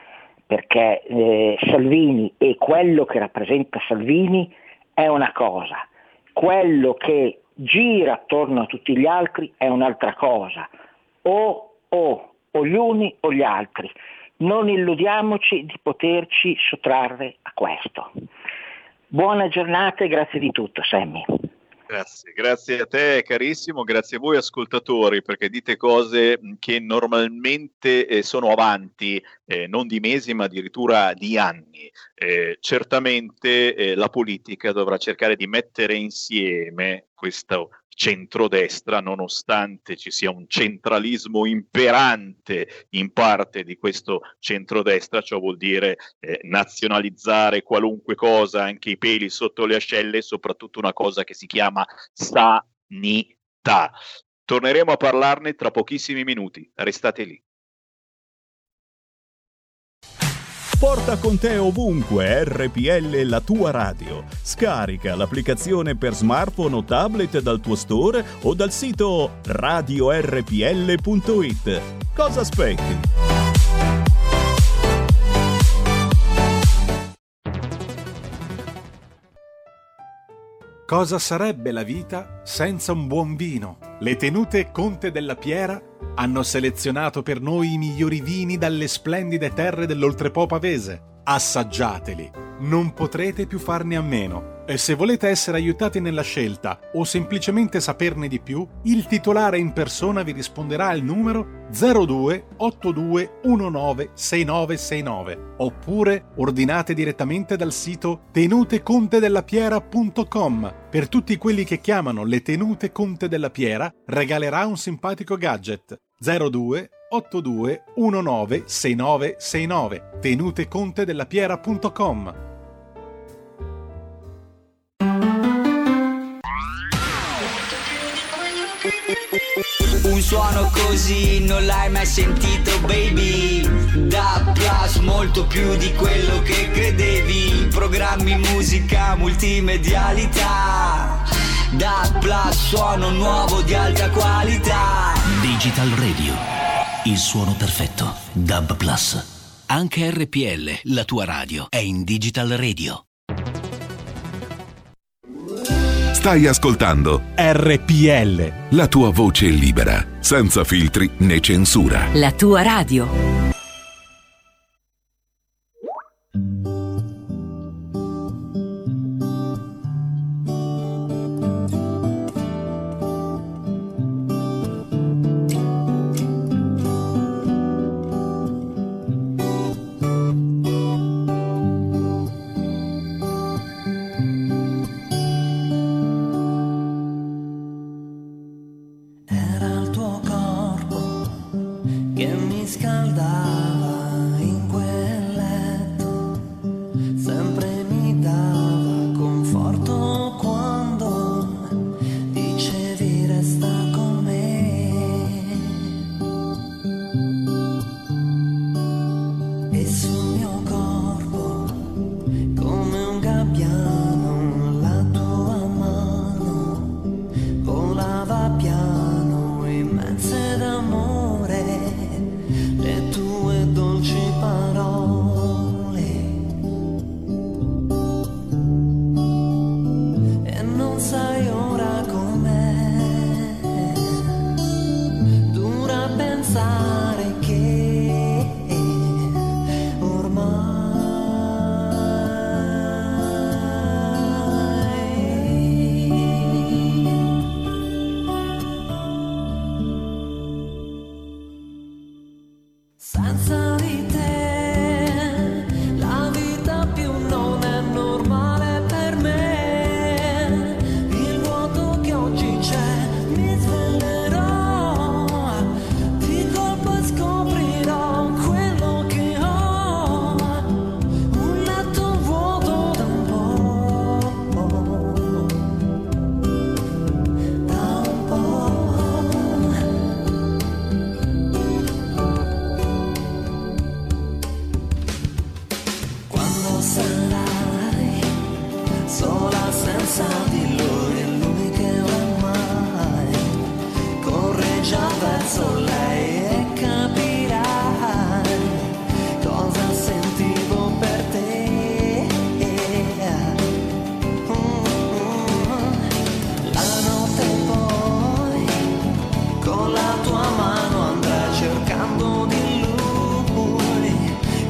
perché eh, Salvini e quello che rappresenta Salvini è una cosa, quello che gira attorno a tutti gli altri è un'altra cosa, o, o, o gli uni o gli altri. Non illudiamoci di poterci sottrarre a questo. Buona giornata e grazie di tutto, Sammy. Grazie, grazie a te carissimo, grazie a voi ascoltatori perché dite cose che normalmente eh, sono avanti, eh, non di mesi ma addirittura di anni. Eh, certamente eh, la politica dovrà cercare di mettere insieme questo centrodestra, nonostante ci sia un centralismo imperante in parte di questo centrodestra, ciò vuol dire eh, nazionalizzare qualunque cosa, anche i peli sotto le ascelle, e soprattutto una cosa che si chiama sanità. Torneremo a parlarne tra pochissimi minuti, restate lì. Porta con te ovunque R P L, la tua radio. Scarica l'applicazione per smartphone o tablet dal tuo store o dal sito radio r p l punto i t. Cosa aspetti? Cosa sarebbe la vita senza un buon vino? Le tenute Conte della Piera hanno selezionato per noi i migliori vini dalle splendide terre dell'Oltrepo pavese. Assaggiateli, non potrete più farne a meno. E se volete essere aiutati nella scelta o semplicemente saperne di più, il titolare in persona vi risponderà al numero zero due otto due uno nove sei nove sei nove oppure ordinate direttamente dal sito tenute conte della piera punto com. Per tutti quelli che chiamano le Tenute Conte della Piera regalerà un simpatico gadget. zero due otto due uno nove sei nove sei nove tenute conte della piera punto com. Un suono così non l'hai mai sentito, baby. Da Plus, molto più di quello che credevi. Programmi, musica, multimedialità. Da Plus, suono nuovo di alta qualità. Digital Radio, il suono perfetto. Dub Plus. Anche R P L, la tua radio, è in Digital Radio. Stai ascoltando R P L, la tua voce libera, senza filtri né censura. La tua radio.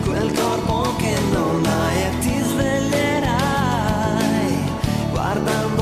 Guardando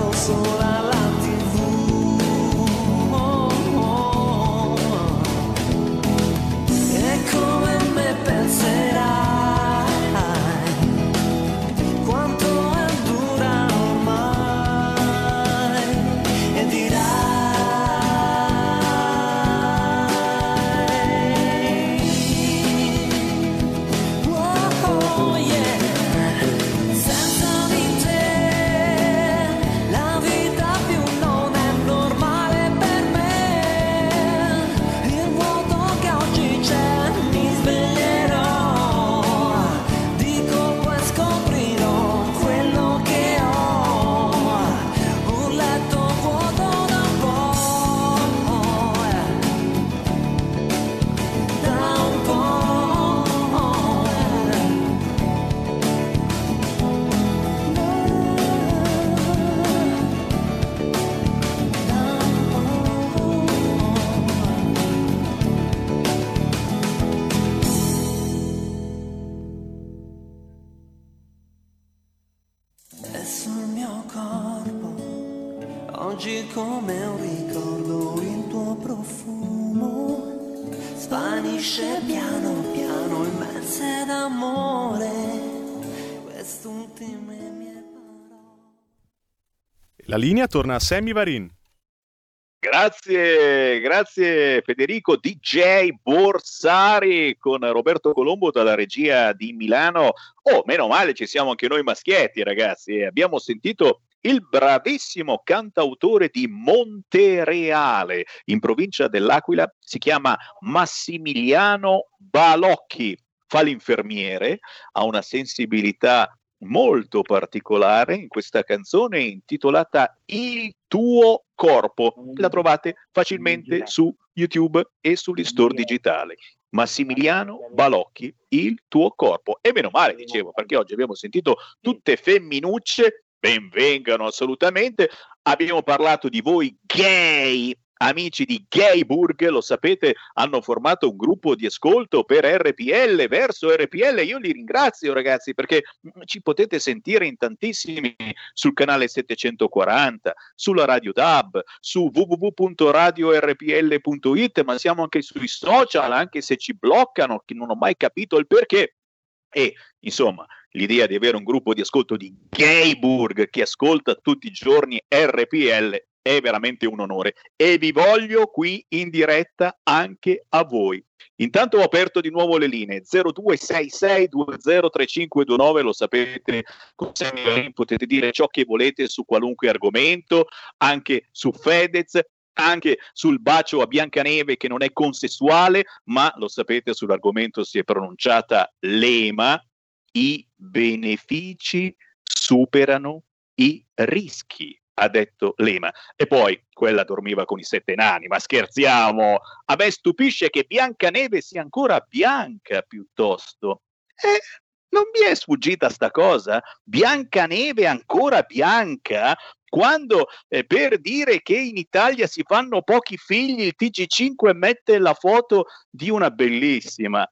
sul mio corpo, oggi come un ricordo il tuo profumo svanisce piano piano immense d'amore, quest'ultime mie parole. La linea torna a Sammy Varin. Grazie, grazie Federico. D J Borsari con Roberto Colombo dalla regia di Milano. Oh, meno male ci siamo anche noi maschietti, ragazzi. Abbiamo sentito il bravissimo cantautore di Montereale, in provincia dell'Aquila, si chiama Massimiliano Balocchi, fa l'infermiere, ha una sensibilità molto particolare in questa canzone intitolata Il tuo corpo. La trovate facilmente su YouTube e sugli store digitali. Massimiliano Balocchi, Il tuo corpo. E meno male, dicevo, perché oggi abbiamo sentito tutte femminucce, benvengano assolutamente. Abbiamo parlato di voi gay, amici di Gayburg, lo sapete, hanno formato un gruppo di ascolto per R P L, verso R P L. Io li ringrazio, ragazzi, perché ci potete sentire in tantissimi sul canale settecentoquaranta, sulla Radio D A B, su w w w punto radio r p l punto i t, ma siamo anche sui social, anche se ci bloccano, che non ho mai capito il perché. E insomma, l'idea di avere un gruppo di ascolto di Gayburg che ascolta tutti i giorni R P L è veramente un onore, e vi voglio qui in diretta anche a voi. Intanto ho aperto di nuovo le linee zero due sei sei due zero tre cinque due nove, lo sapete, con Sammy Varin potete dire ciò che volete su qualunque argomento, anche su Fedez, anche sul bacio a Biancaneve che non è consensuale, ma lo sapete, sull'argomento si è pronunciata l'EMA, i benefici superano i rischi, ha detto l'EMA. E poi quella dormiva con i sette nani, ma scherziamo, a me stupisce che Biancaneve sia ancora bianca piuttosto. Eh, non mi è sfuggita sta cosa? Biancaneve ancora bianca? Quando eh, per dire che in Italia si fanno pochi figli, il T G cinque mette la foto di una bellissima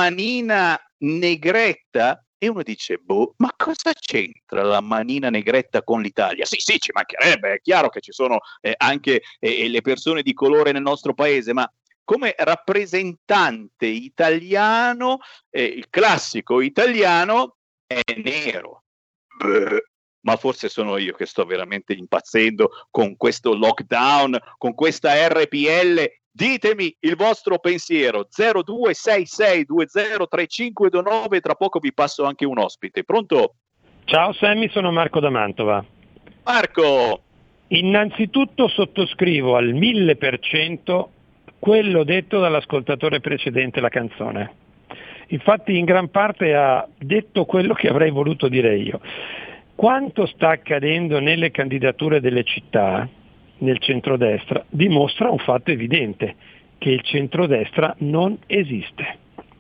manina negretta e uno dice, boh, ma cosa c'entra la manina negretta con l'Italia? Sì, sì, ci mancherebbe, è chiaro che ci sono eh, anche eh, le persone di colore nel nostro paese, ma come rappresentante italiano, eh, il classico italiano è nero. Beh, ma forse sono io che sto veramente impazzendo con questo lockdown, con questa R P L. Ditemi il vostro pensiero, zero due sei sei due zero tre cinque due nove, tra poco vi passo anche un ospite. Pronto? Ciao Sammy, sono Marco da Mantova. Marco! Innanzitutto sottoscrivo al mille per cento quello detto dall'ascoltatore precedente la canzone. Infatti in gran parte ha detto quello che avrei voluto dire io. Quanto sta accadendo nelle candidature delle città, nel centrodestra, dimostra un fatto evidente, che il centrodestra non esiste.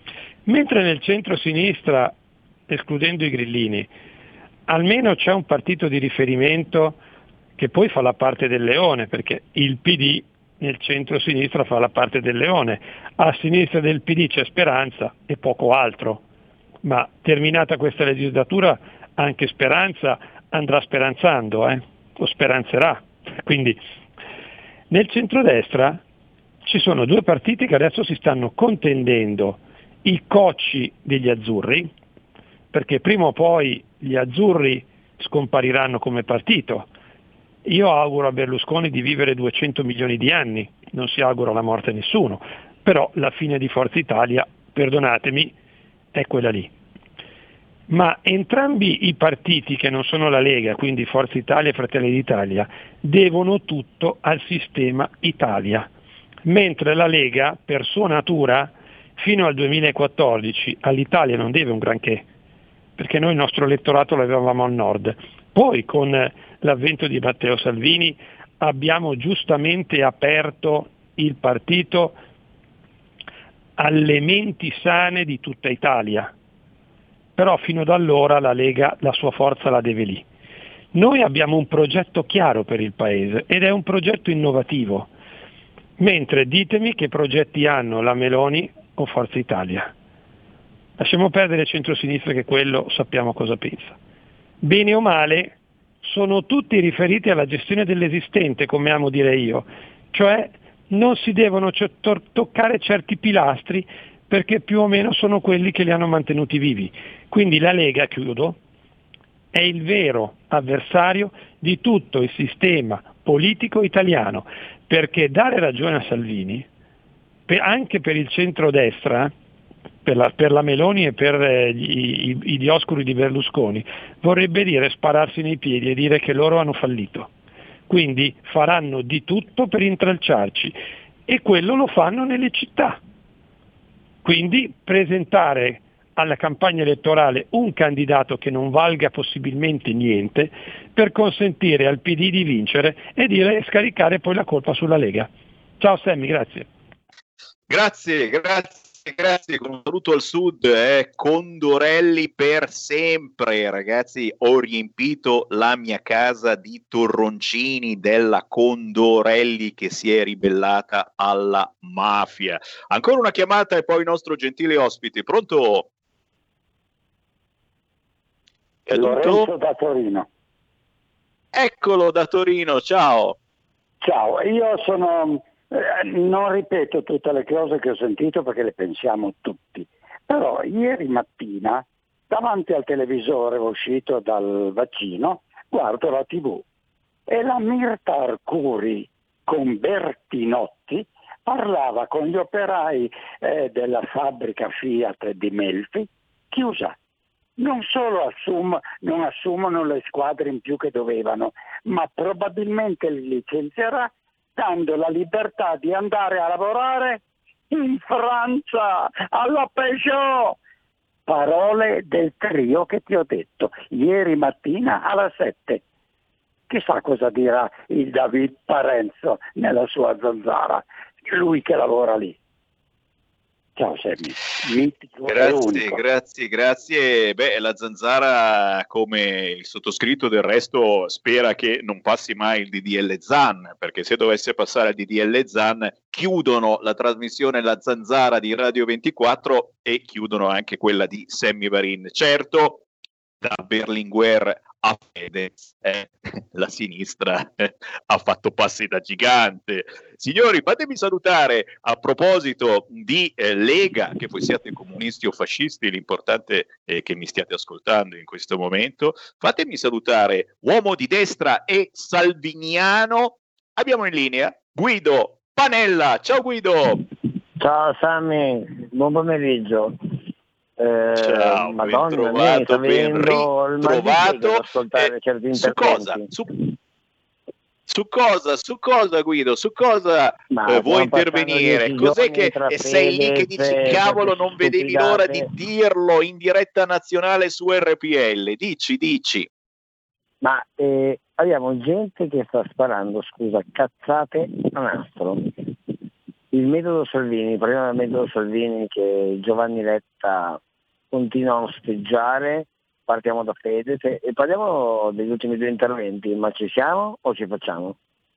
Mentre nel centro-sinistra, escludendo i grillini, almeno c'è un partito di riferimento che poi fa la parte del leone, perché il P D nel centro-sinistra fa la parte del leone, a sinistra del P D c'è Speranza e poco altro, ma terminata questa legislatura anche Speranza andrà speranzando, eh? o speranzerà. Quindi nel centrodestra ci sono due partiti che adesso si stanno contendendo, i cocci degli azzurri, perché prima o poi gli azzurri scompariranno come partito. Io auguro a Berlusconi di vivere duecento milioni di anni, non si augura la morte a nessuno, però la fine di Forza Italia, perdonatemi, è quella lì. Ma entrambi i partiti che non sono la Lega, quindi Forza Italia e Fratelli d'Italia, devono tutto al sistema Italia, mentre la Lega, per sua natura, fino al duemilaquattordici all'Italia non deve un granché, perché noi il nostro elettorato l'avevamo al nord. Poi con l'avvento di Matteo Salvini abbiamo giustamente aperto il partito alle menti sane di tutta Italia. Però fino ad allora la Lega la sua forza la deve lì. Noi abbiamo un progetto chiaro per il Paese ed è un progetto innovativo, mentre ditemi che progetti hanno la Meloni o Forza Italia. Lasciamo perdere il centro-sinistra che quello sappiamo cosa pensa. Bene o male sono tutti riferiti alla gestione dell'esistente, come amo dire io, cioè non si devono c- to- toccare certi pilastri perché più o meno sono quelli che li hanno mantenuti vivi. Quindi la Lega, chiudo, è il vero avversario di tutto il sistema politico italiano, perché dare ragione a Salvini, per, anche per il centrodestra, per la, per la Meloni e per eh, gli, i, i dioscuri di Berlusconi, vorrebbe dire spararsi nei piedi e dire che loro hanno fallito. Quindi faranno di tutto per intralciarci e quello lo fanno nelle città. Quindi presentare alla campagna elettorale un candidato che non valga possibilmente niente per consentire al P D di vincere e dire scaricare poi la colpa sulla Lega. Ciao Sammy, grazie. Grazie, grazie. Grazie, con un saluto al sud, eh. Condorelli per sempre, ragazzi. Ho riempito la mia casa di torroncini della Condorelli che si è ribellata alla mafia. Ancora una chiamata e poi il nostro gentile ospite. Pronto? È Lorenzo da Torino. Eccolo da Torino, ciao. Ciao, io sono... Eh, non ripeto tutte le cose che ho sentito perché le pensiamo tutti, però ieri mattina davanti al televisore uscito dal vaccino guardo la tivù e la Mirta Arcuri con Bertinotti parlava con gli operai eh, della fabbrica Fiat di Melfi chiusa. Non solo assum- non assumono le squadre in più che dovevano, ma probabilmente li licenzierà dando la libertà di andare a lavorare in Francia, alla Peugeot. Parole del trio che ti ho detto ieri mattina alla sette. Chissà cosa dirà il David Parenzo nella sua zanzara, lui che lavora lì. Ciao Sammy, mitico e unico. Grazie, grazie, grazie. Beh, la zanzara, come il sottoscritto del resto, spera che non passi mai il D D L Zan, perché se dovesse passare il D D L Zan chiudono la trasmissione La Zanzara di Radio ventiquattro e chiudono anche quella di Sammy Varin. Certo, da Berlinguer a Fedez, eh, la sinistra eh, ha fatto passi da gigante. Signori, fatemi salutare a proposito di eh, Lega, che voi siate comunisti o fascisti, l'importante è che mi stiate ascoltando in questo momento. Fatemi salutare uomo di destra e salviniano. Abbiamo in linea Guido Panella. Ciao Guido. Ciao Sammy, buon pomeriggio. Eh, Ciao, Madonna ben mia, mi sta trovato, ben venendo il mal di ritrovato. testa ad ascoltare Eh, certi su interventi. cosa? Su, su cosa? Su cosa Guido? Su cosa Ma eh, vuoi stiamo passando intervenire? dieci Cos'è giorni che tra e sei lì che dici Fedez, cavolo queste non vedevi l'ora di stupidate? dirlo in diretta nazionale su R P L? Dici, dici. Ma eh, abbiamo gente che sta sparando, scusa, cazzate a nastro. Il metodo Salvini, il problema del metodo Salvini che Giovanni Letta continua a osteggiare, partiamo da Fedez e parliamo degli ultimi due interventi, ma ci siamo o ci facciamo?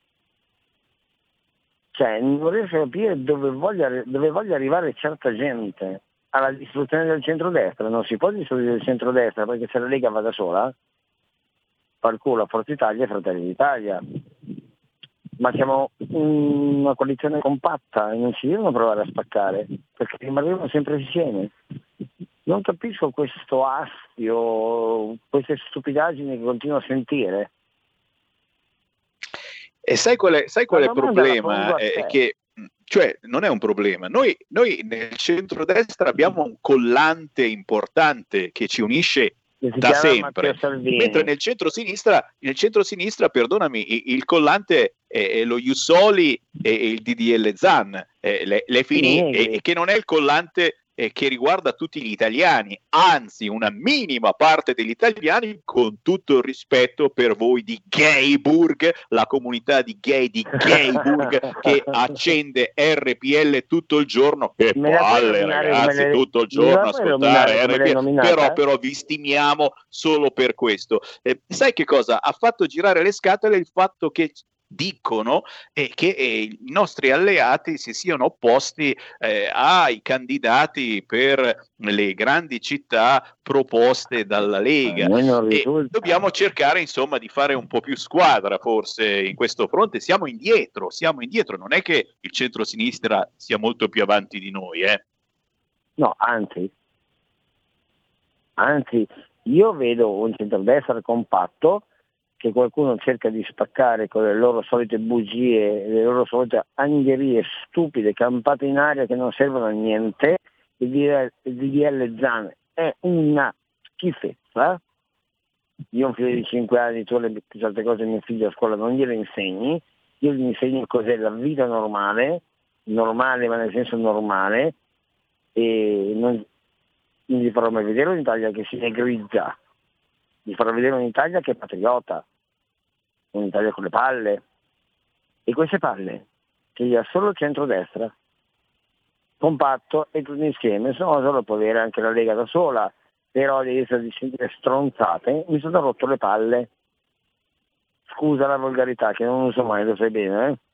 Cioè, non riesco a capire dove voglia, dove voglia arrivare certa gente alla distruzione del centrodestra. Non si può distruggere il centrodestra perché se la Lega va da sola, fa il culo a Forza Italia e Fratelli d'Italia. Ma siamo una coalizione compatta e non ci devono provare a spaccare perché rimarremo sempre insieme. Non capisco questo astio, queste stupidaggini che continuo a sentire. E sai qual è, sai qual è il domanda la pongo problema? a È te. che, cioè, non è un problema. Noi, noi nel centrodestra abbiamo un collante importante che ci unisce Che si da chiama sempre, Matteo Salvini. mentre nel centro-sinistra, nel centro-sinistra, perdonami, i- il collante è, è lo Jussoli e, e il D D L Zan, eh, le, le Fini, Sì, e, e che non è il collante eh, che riguarda tutti gli italiani, anzi una minima parte degli italiani, con tutto il rispetto per voi di Gayburg, la comunità di gay di Gayburg che accende R P L tutto il giorno. Che Me la puoi palle, nominare ragazzi, come le- tutto il me la giorno puoi nominare ascoltare come l'hai R P L, nominata? però, però vi stimiamo solo per questo. Eh, sai che cosa? Ha fatto girare le scatole il fatto che dicono eh, che eh, i nostri alleati si siano opposti eh, ai candidati per le grandi città proposte dalla Lega. E dobbiamo cercare insomma di fare un po' più squadra forse in questo fronte. Siamo indietro, siamo indietro, non è che il centro-sinistra sia molto più avanti di noi, eh? No, anzi, anzi, io vedo un centrodestra compatto che qualcuno cerca di spaccare con le loro solite bugie, le loro solite angherie stupide campate in aria che non servono a niente. Il D D L Zan è una schifezza. Io ho un figlio di cinque anni, tu le certe cose mio figlio a scuola non gliele insegni, io gli insegno cos'è la vita normale, normale ma nel senso normale, e non, non gli farò mai vedere un'Italia che si negrizza, gli farò vedere un'Italia che è patriota, un'Italia con le palle, e queste palle che gli ha solo il centrodestra compatto e tutti insieme, se no solo può avere anche la Lega da sola, però di essere di sentire stronzate mi sono rotto le palle. Scusa la volgarità che non uso mai, lo sai bene, eh?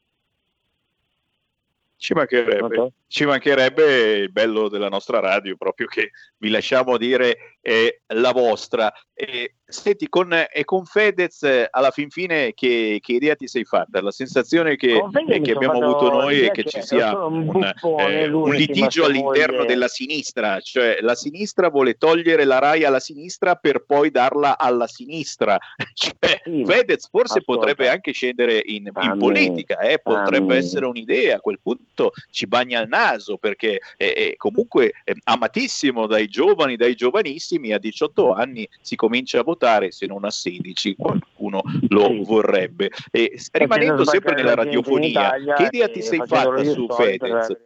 Ci mancherebbe, ci mancherebbe. Il bello della nostra radio proprio che vi lasciamo dire è la vostra. E, senti, con, e con Fedez alla fin fine che, che idea ti sei fatta? La sensazione che, eh, che abbiamo avuto noi è che, che ci sia un, un, eh, un litigio all'interno moglie. della sinistra, cioè la sinistra vuole togliere la RAI alla sinistra per poi darla alla sinistra. Cioè, sì, Fedez forse ascolta. potrebbe anche scendere in, in politica, eh, potrebbe Amin. essere un'idea. A quel punto ci bagna il naso perché è, è comunque è amatissimo dai giovani, dai giovanissimi. A diciotto anni si comincia a votare, se non a sedici qualcuno lo sì. vorrebbe. E rimanendo sempre nella radiofonia, che idea ti sei fatta su Fedez?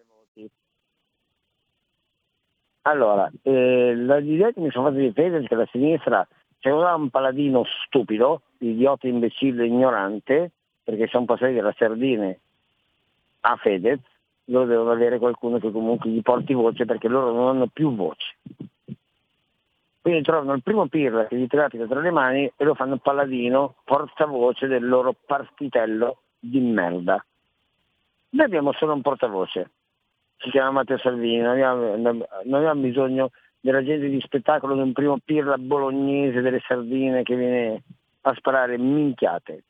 Allora, eh, l'idea che mi sono fatta di Fedez è che la sinistra c'è un paladino stupido, idiota, imbecille, ignorante, perché siamo passati dalle sardine a Fedez, loro devono avere qualcuno che comunque gli porti voce perché loro non hanno più voce. Quindi trovano il primo pirla che gli trapita tra le mani e lo fanno paladino, portavoce del loro partitello di merda. Noi abbiamo solo un portavoce, si chiama Matteo Salvini, non abbiamo, non abbiamo bisogno della gente di spettacolo di un primo pirla bolognese delle sardine che viene a sparare minchiate.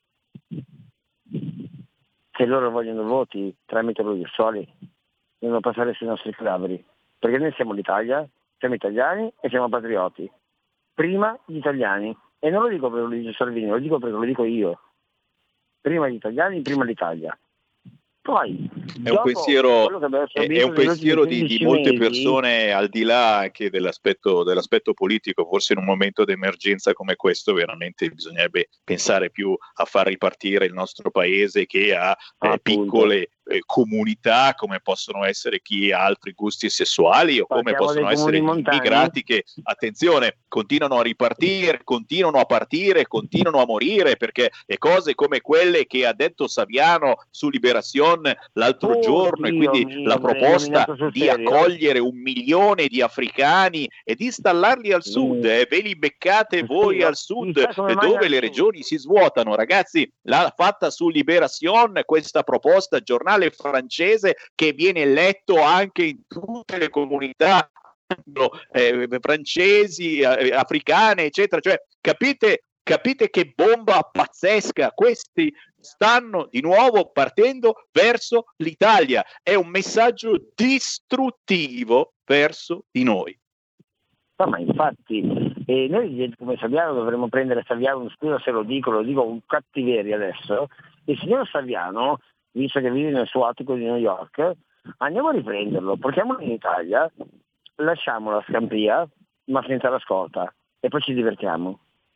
Se loro vogliono voti tramite lo Soli, devono passare sui nostri cadaveri, perché noi siamo l'Italia, siamo italiani e siamo patrioti. Prima gli italiani, e non lo dico perché lo dice Salvini, lo dico perché lo dico io. Prima gli italiani, prima l'Italia. Poi è un pensiero, è, è un pensiero di, di molte persone, al di là anche dell'aspetto, dell'aspetto politico. Forse in un momento di emergenza come questo veramente bisognerebbe pensare più a far ripartire il nostro paese che a eh, piccole eh, comunità come possono essere chi ha altri gusti sessuali o come Partiamo possono essere gli montani. immigrati che, attenzione, continuano a ripartire, continuano a partire, continuano a morire, perché le cose come quelle che ha detto Saviano su Liberazione l'altro oh, giorno, Dio, e quindi mio, la proposta di accogliere un milione di africani e di installarli al sud, mm. eh, ve li beccate voi sì, al sud, dove le regioni si svuotano. Ragazzi, l'ha fatta su Liberazione questa proposta, giornale francese che viene letto anche in tutte le comunità eh, francesi, eh, africane, eccetera. Cioè, capite Capite che bomba pazzesca? Questi stanno di nuovo partendo verso l'Italia. È un messaggio distruttivo verso di noi. No, ma infatti, eh, noi come Saviano dovremmo prendere Saviano, scusa se lo dico, lo dico con cattiveria adesso. Il signor Saviano, visto che vive nel suo attico di New York, andiamo a riprenderlo, portiamolo in Italia, lasciamo la Scampia, ma senza la scorta, e poi ci divertiamo.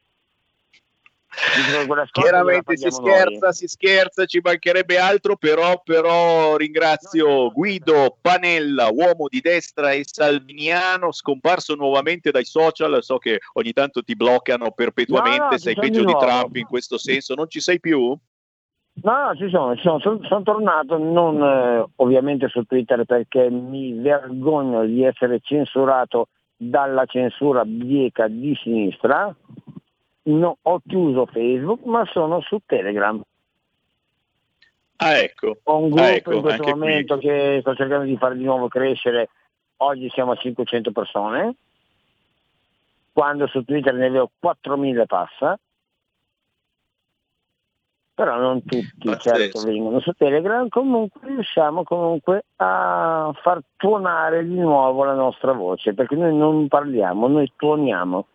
Chiaramente si scherza, noi. si scherza, ci mancherebbe altro, però, però ringrazio Guido Panella, uomo di destra e salviniano, scomparso nuovamente dai social. So che ogni tanto ti bloccano perpetuamente, no, no, sei peggio di, di Trump in questo senso, non ci sei più? No, no, ci sono, ci sono, sono, sono tornato, non eh, ovviamente su Twitter perché mi vergogno di essere censurato dalla censura bieca di sinistra. No, ho chiuso Facebook, ma sono su Telegram. Ah, ecco. Ho un gruppo ah, ecco, in questo anche momento qui. che sto cercando di fare di nuovo crescere. Oggi siamo a cinquecento persone, quando su Twitter ne avevo quattromila e passa, però non tutti Pazzesco. certo vengono su Telegram. Comunque riusciamo comunque a far tuonare di nuovo la nostra voce, perché noi non parliamo, noi tuoniamo.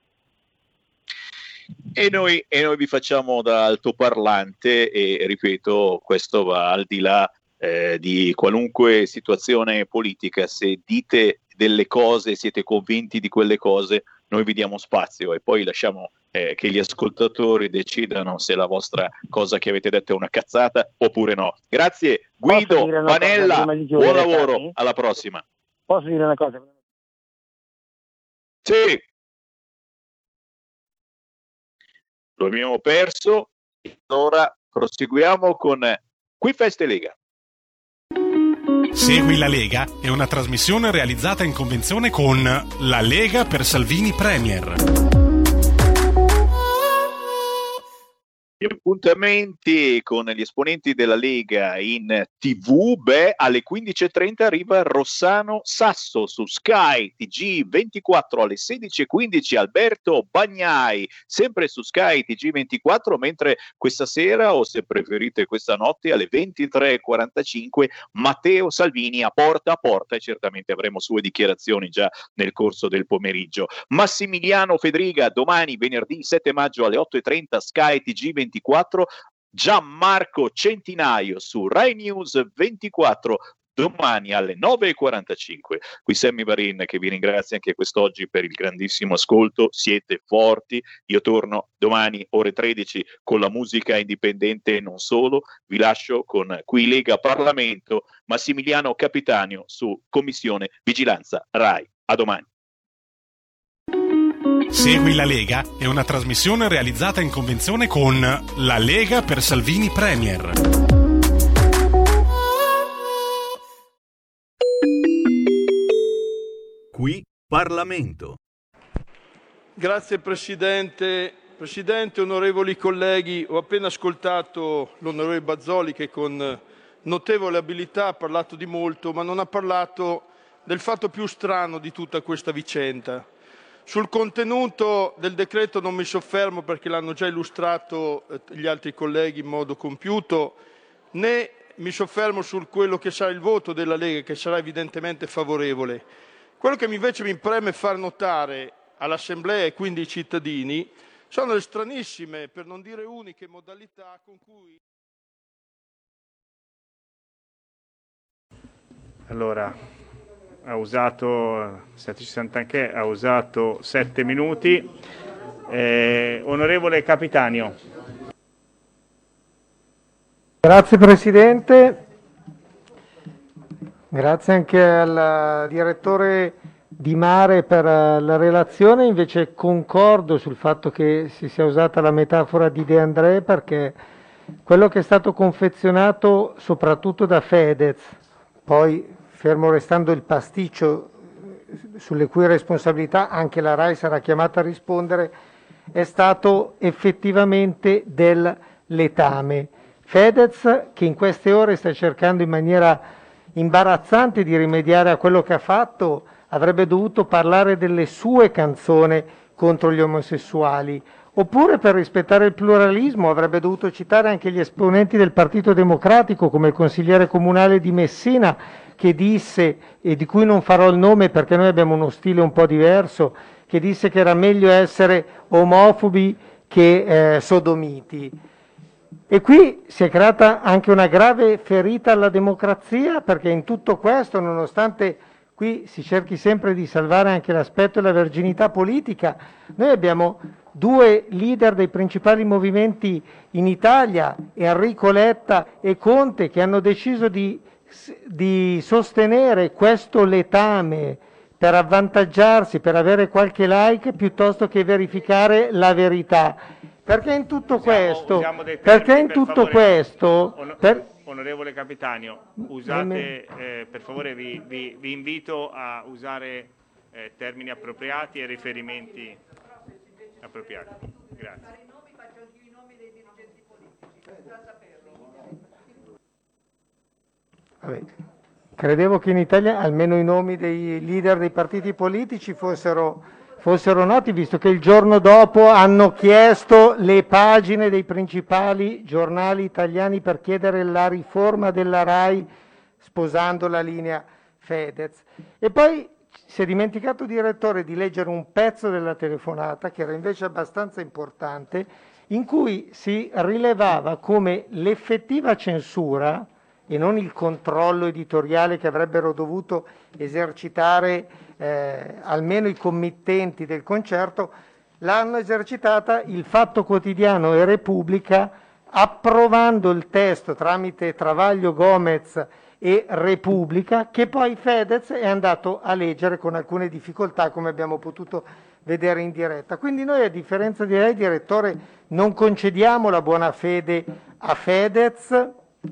E noi, e noi vi facciamo da altoparlante e ripeto, questo va al di là eh, di qualunque situazione politica. Se dite delle cose, siete convinti di quelle cose, noi vi diamo spazio e poi lasciamo eh, che gli ascoltatori decidano se la vostra cosa che avete detto è una cazzata oppure no. Grazie Guido, Panella, buon lavoro, Tani? Alla prossima. Posso dire una cosa? Sì. Lo abbiamo perso, ora proseguiamo con Qui Feste Lega. Segui la Lega è una trasmissione realizzata in convenzione con La Lega per Salvini Premier. Appuntamenti con gli esponenti della Lega in tivù. Beh, alle quindici e trenta arriva Rossano Sasso su Sky T G ventiquattro, alle sedici e quindici Alberto Bagnai sempre su Sky T G ventiquattro, mentre questa sera, o se preferite questa notte, alle ventitré e quarantacinque Matteo Salvini a Porta a Porta, e certamente avremo sue dichiarazioni già nel corso del pomeriggio. Massimiliano Fedriga domani venerdì sette maggio alle otto e trenta Sky T G ventiquattro, Gianmarco Centinaio su Rai News ventiquattro domani alle nove e quarantacinque. Qui Sammy Varin che vi ringrazia anche quest'oggi per il grandissimo ascolto, siete forti. Io torno domani ore tredici con la musica indipendente e non solo. Vi lascio con Qui Lega Parlamento, Massimiliano Capitanio su Commissione Vigilanza Rai. A domani. Segui la Lega è una trasmissione realizzata in convenzione con La Lega per Salvini Premier. Qui Parlamento. Grazie Presidente. Presidente, onorevoli colleghi, ho appena ascoltato l'onorevole Bazzoli che con notevole abilità ha parlato di molto, ma non ha parlato del fatto più strano di tutta questa vicenda. Sul contenuto del decreto non mi soffermo perché l'hanno già illustrato gli altri colleghi in modo compiuto, né mi soffermo su quello che sarà il voto della Lega, che sarà evidentemente favorevole. Quello che invece mi preme far notare all'Assemblea e quindi ai cittadini sono le stranissime, per non dire uniche, modalità con cui... Allora... ha usato, Santanchè ha usato sette minuti. Eh, onorevole Capitanio. Grazie Presidente, grazie anche al direttore Di Mare per la relazione. Invece concordo sul fatto che si sia usata la metafora di De André, perché quello che è stato confezionato soprattutto da Fedez, poi fermo restando il pasticcio sulle cui responsabilità anche la RAI sarà chiamata a rispondere, è stato effettivamente del letame. Fedez, che in queste ore sta cercando in maniera imbarazzante di rimediare a quello che ha fatto, avrebbe dovuto parlare delle sue canzoni contro gli omosessuali, oppure per rispettare il pluralismo avrebbe dovuto citare anche gli esponenti del Partito Democratico, come il consigliere comunale di Messina, che disse, e di cui non farò il nome perché noi abbiamo uno stile un po' diverso, che disse che era meglio essere omofobi che eh, sodomiti. E qui si è creata anche una grave ferita alla democrazia, perché in tutto questo, nonostante qui si cerchi sempre di salvare anche l'aspetto della verginità politica, noi abbiamo due leader dei principali movimenti in Italia, Enrico Letta e Conte, che hanno deciso di, di sostenere questo letame per avvantaggiarsi, per avere qualche like, piuttosto che verificare la verità. Perché in tutto usiamo, questo, usiamo perché in per tutto favore, questo, on, per... onorevole Capitanio, usate, eh, per favore vi, vi, vi invito a usare eh, termini appropriati e riferimenti appropriati. Grazie. Vabbè. Credevo che in Italia almeno i nomi dei leader dei partiti politici fossero, fossero noti, visto che il giorno dopo hanno chiesto le pagine dei principali giornali italiani per chiedere la riforma della RAI, sposando la linea Fedez. E poi si è dimenticato, direttore, di leggere un pezzo della telefonata, che era invece abbastanza importante, in cui si rilevava come l'effettiva censura e non il controllo editoriale che avrebbero dovuto esercitare eh, almeno i committenti del concerto, l'hanno esercitata il Fatto Quotidiano e Repubblica, approvando il testo tramite Travaglio, Gomez e Repubblica, che poi Fedez è andato a leggere con alcune difficoltà, come abbiamo potuto vedere in diretta. Quindi noi, a differenza di lei, direttore, non concediamo la buona fede a Fedez,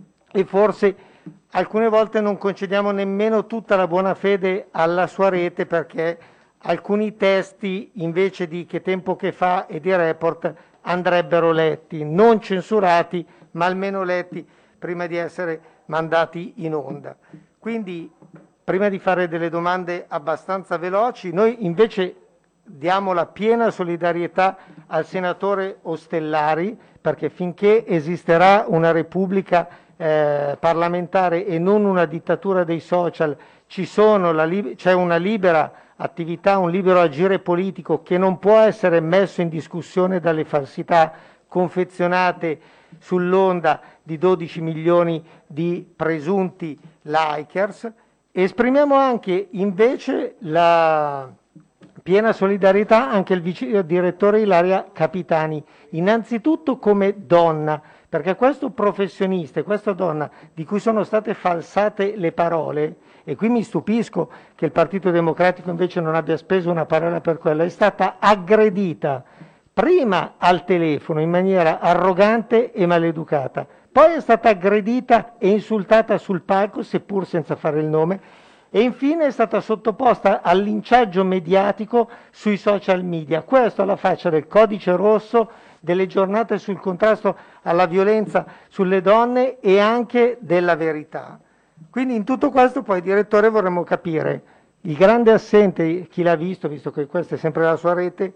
e forse alcune volte non concediamo nemmeno tutta la buona fede alla sua rete, perché alcuni testi, invece di Che tempo che fa e di Report, andrebbero letti, non censurati, ma almeno letti prima di essere mandati in onda. Quindi, prima di fare delle domande abbastanza veloci, noi invece diamo la piena solidarietà al senatore Ostellari, perché finché esisterà una Repubblica Eh, parlamentare e non una dittatura dei social, ci sono la li- c'è una libera attività, un libero agire politico che non può essere messo in discussione dalle falsità confezionate sull'onda di dodici milioni di presunti likers. Esprimiamo anche invece la piena solidarietà anche al vice direttore Ilaria Capitani, innanzitutto come donna, perché questo professionista e questa donna di cui sono state falsate le parole, e qui mi stupisco che il Partito Democratico invece non abbia speso una parola per quello, è stata aggredita prima al telefono in maniera arrogante e maleducata, poi è stata aggredita e insultata sul palco, seppur senza fare il nome, e infine è stata sottoposta al linciaggio mediatico sui social media. Questo alla faccia del codice rosso, delle giornate sul contrasto alla violenza sulle donne e anche della verità. Quindi in tutto questo poi, direttore, vorremmo capire il grande assente, chi l'ha visto, visto che questa è sempre la sua rete,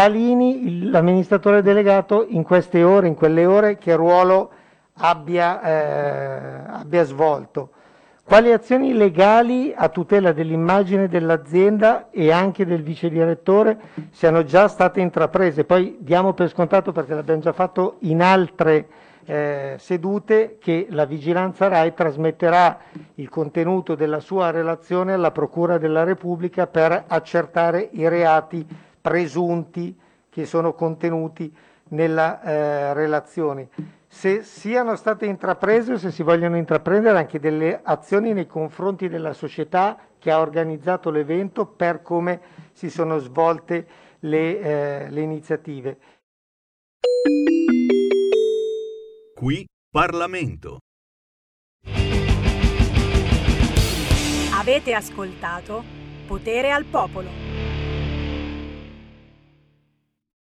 Salini, l'amministratore delegato, in queste ore, in quelle ore, che ruolo abbia, eh, abbia svolto. Quali azioni legali a tutela dell'immagine dell'azienda e anche del vice direttore siano già state intraprese? Poi diamo per scontato, perché l'abbiamo già fatto in altre eh, sedute, che la Vigilanza RAI trasmetterà il contenuto della sua relazione alla Procura della Repubblica per accertare i reati presunti che sono contenuti nella eh, relazione. Se siano state intraprese o se si vogliono intraprendere anche delle azioni nei confronti della società che ha organizzato l'evento, per come si sono svolte le, eh, le iniziative. Qui Parlamento. Avete ascoltato Potere al Popolo.